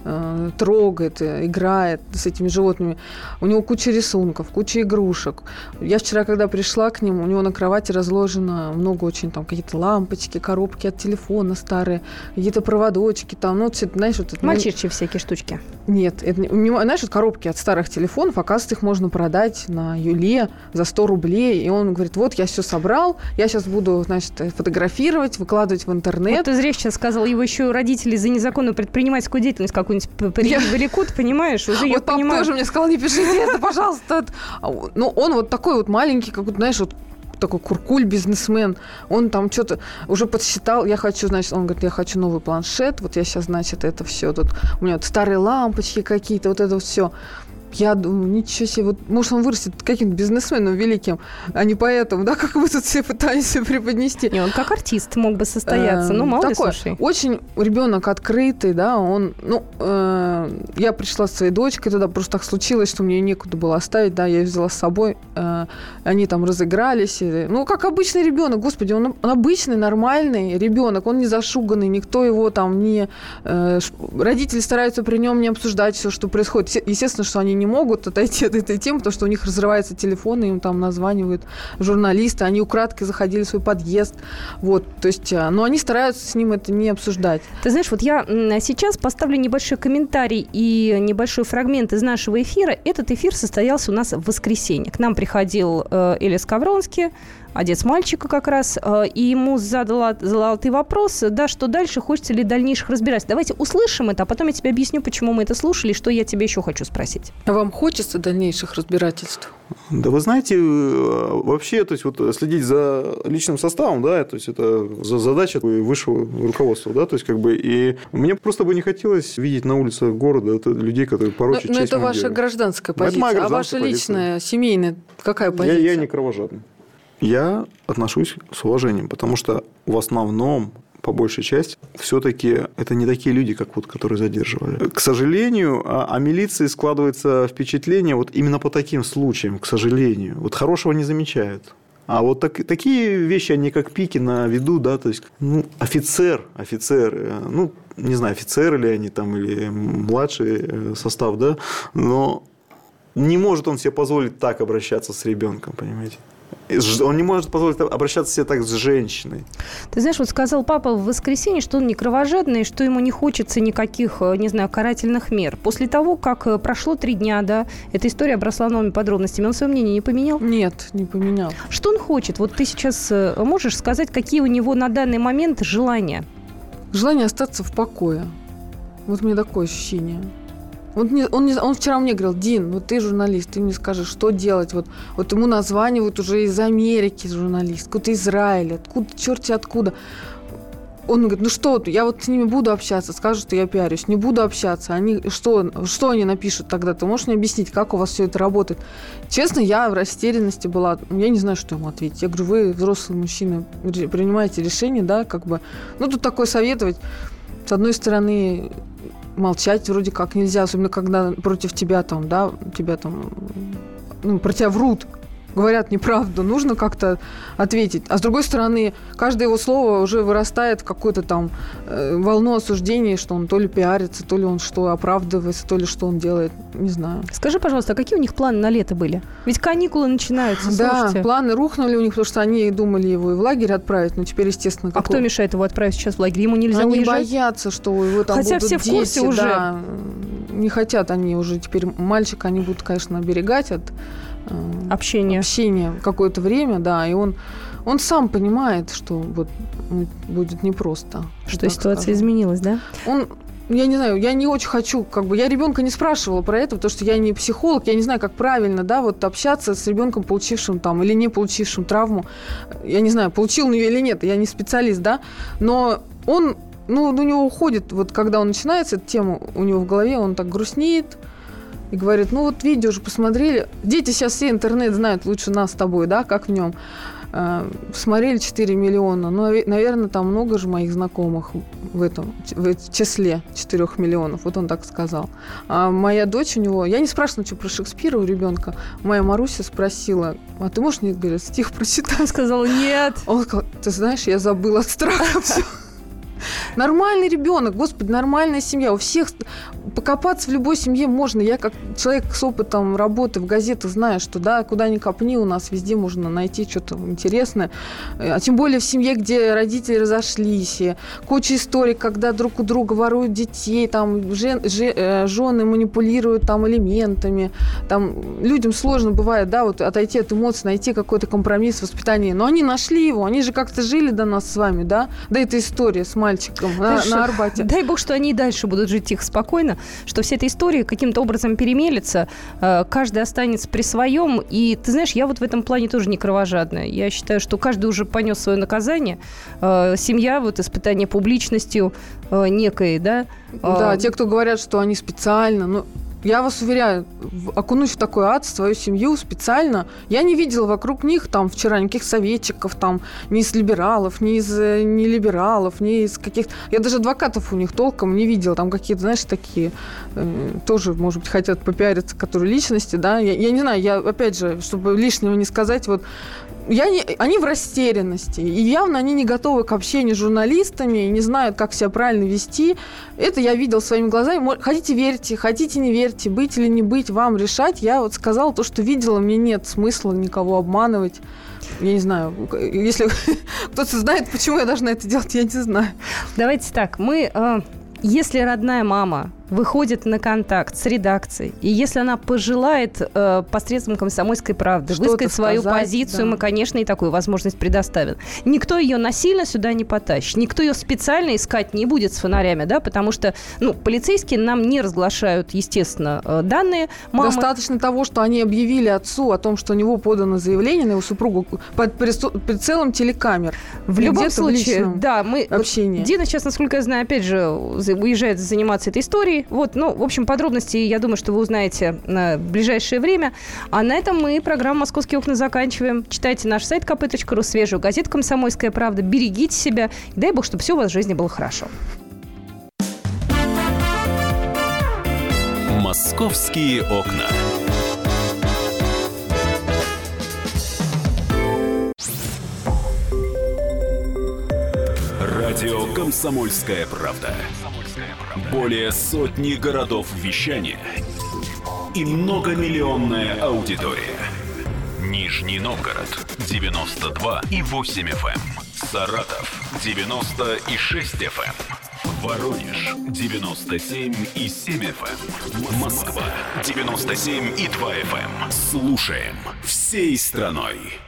э, трогает, играет с этими животными. У него куча рисунков, куча игрушек. Я вчера, когда пришла к нему, у него на кровати разложено много очень, там какие-то лампочки, коробки от телефона старые, какие-то проводочки, там, ну, все, знаешь, вот это... Мальчишки всякие штучки. Нет, это, у него, знаешь, вот коробки от старых телефонов, оказывается, их можно продать на Юле за сто рублей, и он говорит: вот я все собрал, я сейчас буду, значит, фотографировать, выкладывать в интернет. Вот ты зря сейчас сказал, его еще родители за незаконную предпринимательскую деятельность какую-нибудь привлекут, понимаешь, уже я понимаю. Вот папа тоже мне сказал: не пишите это, пожалуйста. Ну, он вот такой вот маленький, как, знаешь, вот такой куркуль, бизнесмен, он там что-то уже подсчитал, я хочу, значит, он говорит: я хочу новый планшет, вот я сейчас, значит, это все, тут у меня вот старые лампочки какие-то, вот это вот все. Я думаю, ничего себе, вот, может, он вырастет каким-то бизнесменом великим, а не поэтому, да, как вы тут все пытаетесь преподнести. Не, он как артист мог бы состояться, ну, мало ли, слушай. Очень ребенок открытый, да, он, ну, э, я пришла с своей дочкой туда, просто так случилось, что мне некуда было оставить, да, я ее взяла с собой, э, они там разыгрались, и, ну, как обычный ребенок, господи, он, он обычный, нормальный ребенок, он не зашуганный, никто его там не... Э, родители стараются при нем не обсуждать все, что происходит. Естественно, что они не могут отойти от этой темы, потому что у них разрывается телефон, и им там названивают журналисты, они украдкой заходили в свой подъезд, вот, то есть, но они стараются с ним это не обсуждать. Ты знаешь, вот я сейчас поставлю небольшой комментарий и небольшой фрагмент из нашего эфира. Этот эфир состоялся у нас в воскресенье. К нам приходил э, Элис Ковронский, отец мальчика как раз, и ему задала, задала ты вопрос, да, что дальше, хочется ли дальнейших разбирательств. Давайте услышим это, а потом я тебе объясню, почему мы это слушали, и что я тебе еще хочу спросить. А вам хочется дальнейших разбирательств? Да вы знаете, вообще, то есть вот следить за личным составом, да, то есть это задача высшего руководства, да, то есть как бы, и мне просто бы не хотелось видеть на улицах города это людей, которые порочат честь. Но это ваша гражданская позиция, а гражданская ваша позиция. Личная, семейная, какая позиция? Я, я не кровожадный. Я отношусь с уважением, потому что в основном, по большей части, все-таки это не такие люди, как вот, которые задерживали. К сожалению, о, о милиции складывается впечатление вот именно по таким случаям, к сожалению. Вот хорошего не замечают. А вот так, такие вещи, они как пики на виду, да, то есть, ну, офицер, офицер, ну, не знаю, офицеры ли они там, или младший состав, да, но не может он себе позволить так обращаться с ребенком, понимаете. Он не может позволить обращаться себе так с женщиной. Ты знаешь, вот сказал папа в воскресенье, что он не кровожадный, что ему не хочется никаких, не знаю, карательных мер. После того, как прошло три дня, да, эта история обросла новыми подробностями, он свое мнение не поменял? Нет, не поменял. Что он хочет? Вот ты сейчас можешь сказать, какие у него на данный момент желания? Желание остаться в покое. Вот у меня такое ощущение. Он, не, он, не, он вчера мне говорил: Дин, вот ты журналист, ты мне скажешь, что делать. Вот, вот ему названивают уже из Америки журналист, откуда-то Израиля, откуда, черти откуда. Он говорит: ну что, я вот с ними буду общаться, скажут, что я пиарюсь, не буду общаться. Они, что, что они напишут тогда? Ты можешь мне объяснить, как у вас все это работает? Честно, я в растерянности была. Я не знаю, что ему ответить. Я говорю: вы, взрослые мужчины, принимаете решение, да, как бы. Ну, тут такое советовать. С одной стороны, молчать вроде как нельзя, особенно когда против тебя там, да, тебя там, ну, про тебя врут, говорят неправду, нужно как-то ответить. А с другой стороны, каждое его слово уже вырастает в какую-то там э, волну осуждения, что он то ли пиарится, то ли он что, оправдывается, то ли что он делает, не знаю. Скажи, пожалуйста, а какие у них планы на лето были? Ведь каникулы начинаются, да, слушайте. Планы рухнули у них, потому что они думали его и в лагерь отправить, но теперь, естественно... А какой... кто мешает его отправить сейчас в лагерь? Ему нельзя они уезжать? Они боятся, что его там Хотя будут все в курсе дети, уже. Да, не хотят они уже теперь мальчика, они будут, конечно, оберегать от общения, общения какое-то время, да, и он, он сам понимает, что вот будет непросто. Что ситуация скажу. Изменилась, да? Он, я не знаю, я не очень хочу, как бы, я ребенка не спрашивала про это, потому что я не психолог, я не знаю, как правильно, да, вот общаться с ребенком, получившим там или не получившим травму, я не знаю, получил он ее или нет, я не специалист, да, но он ну, у него уходит, вот когда он начинается, эта тема у него в голове, он так грустнеет и говорит, ну вот видео уже посмотрели, дети сейчас все интернет знают лучше нас с тобой, да, как в нем. Смотрели четыре миллиона. Ну, наверное, там много же моих знакомых в этом в числе четырёх миллионов. Вот он так сказал. А моя дочь у него... Я не спрашивала ничего про Шекспира у ребенка. Моя Маруся спросила, а ты можешь мне, говорит, стих прочитать? Сказала, нет. Он сказал, ты знаешь, я забыла от страха все. Нормальный ребенок, господи, нормальная семья. У всех покопаться в любой семье можно. Я как человек с опытом работы в газетах знаю, что да, куда ни копни, у нас везде можно найти что-то интересное. А тем более в семье, где родители разошлись. И куча историй, когда друг у друга воруют детей, там жен, жен, жены манипулируют там элементами. Там людям сложно бывает, да, вот отойти от эмоций, найти какой-то компромисс в воспитании. Но они нашли его, они же как-то жили до нас с вами, да? Да, эта история с мальчиком на, на Арбате. Дай бог, что они и дальше будут жить тихо, спокойно, что вся эта история каким-то образом перемелется, каждый останется при своем. И ты знаешь, я вот в этом плане тоже не кровожадная. Я считаю, что каждый уже понес свое наказание. Семья, вот испытание публичностью некой, да. Да, те, кто говорят, что они специально, ну, я вас уверяю, окунуть в такой ад свою семью специально. Я не видела вокруг них там вчера никаких советчиков, там, ни из либералов, ни из э, ни либералов, ни из каких-то... Я даже адвокатов у них толком не видела. Там какие-то, знаешь, такие э, тоже, может быть, хотят попиариться, которые личности, да. Я, я не знаю, я, опять же, чтобы лишнего не сказать, вот я не, они в растерянности, и явно они не готовы к общению с журналистами, не знают, как себя правильно вести. Это я видела своими глазами. Хотите верьте, хотите не верьте, быть или не быть, вам решать. Я вот сказала то, что видела, мне нет смысла никого обманывать. Я не знаю, если кто-то знает, почему я должна это делать, я не знаю. Давайте так, мы... Если родная мама выходит на контакт с редакцией, и если она пожелает э, посредством «Комсомольской правды» что-то высказать свою сказать, позицию, да. Мы, конечно, и такую возможность предоставим. Никто ее насильно сюда не потащит, никто ее специально искать не будет с фонарями, да, потому что, ну, полицейские нам не разглашают, естественно, данные мамы. Достаточно того, что они объявили отцу о том, что у него подано заявление на его супругу под прицелом телекамер. В любом случае, да, мы... Общение. Дина сейчас, насколько я знаю, опять же, уезжает заниматься этой историей. Вот, ну, в общем, подробности, я думаю, что вы узнаете на ближайшее время. А на этом мы программу «Московские окна» заканчиваем. Читайте наш сайт ка пэ точка ру, свежую газету «Комсомольская правда». Берегите себя. И дай бог, чтобы все у вас в жизни было хорошо. «Московские окна». Радио «Комсомольская правда». Более сотни городов вещания и многомиллионная аудитория. Нижний Новгород девяносто два и восемь эф эм, Саратов девяносто и шесть эф эм, Воронеж девяносто семь и семь эф эм, Москва девяносто семь и два эф эм. Слушаем всей страной.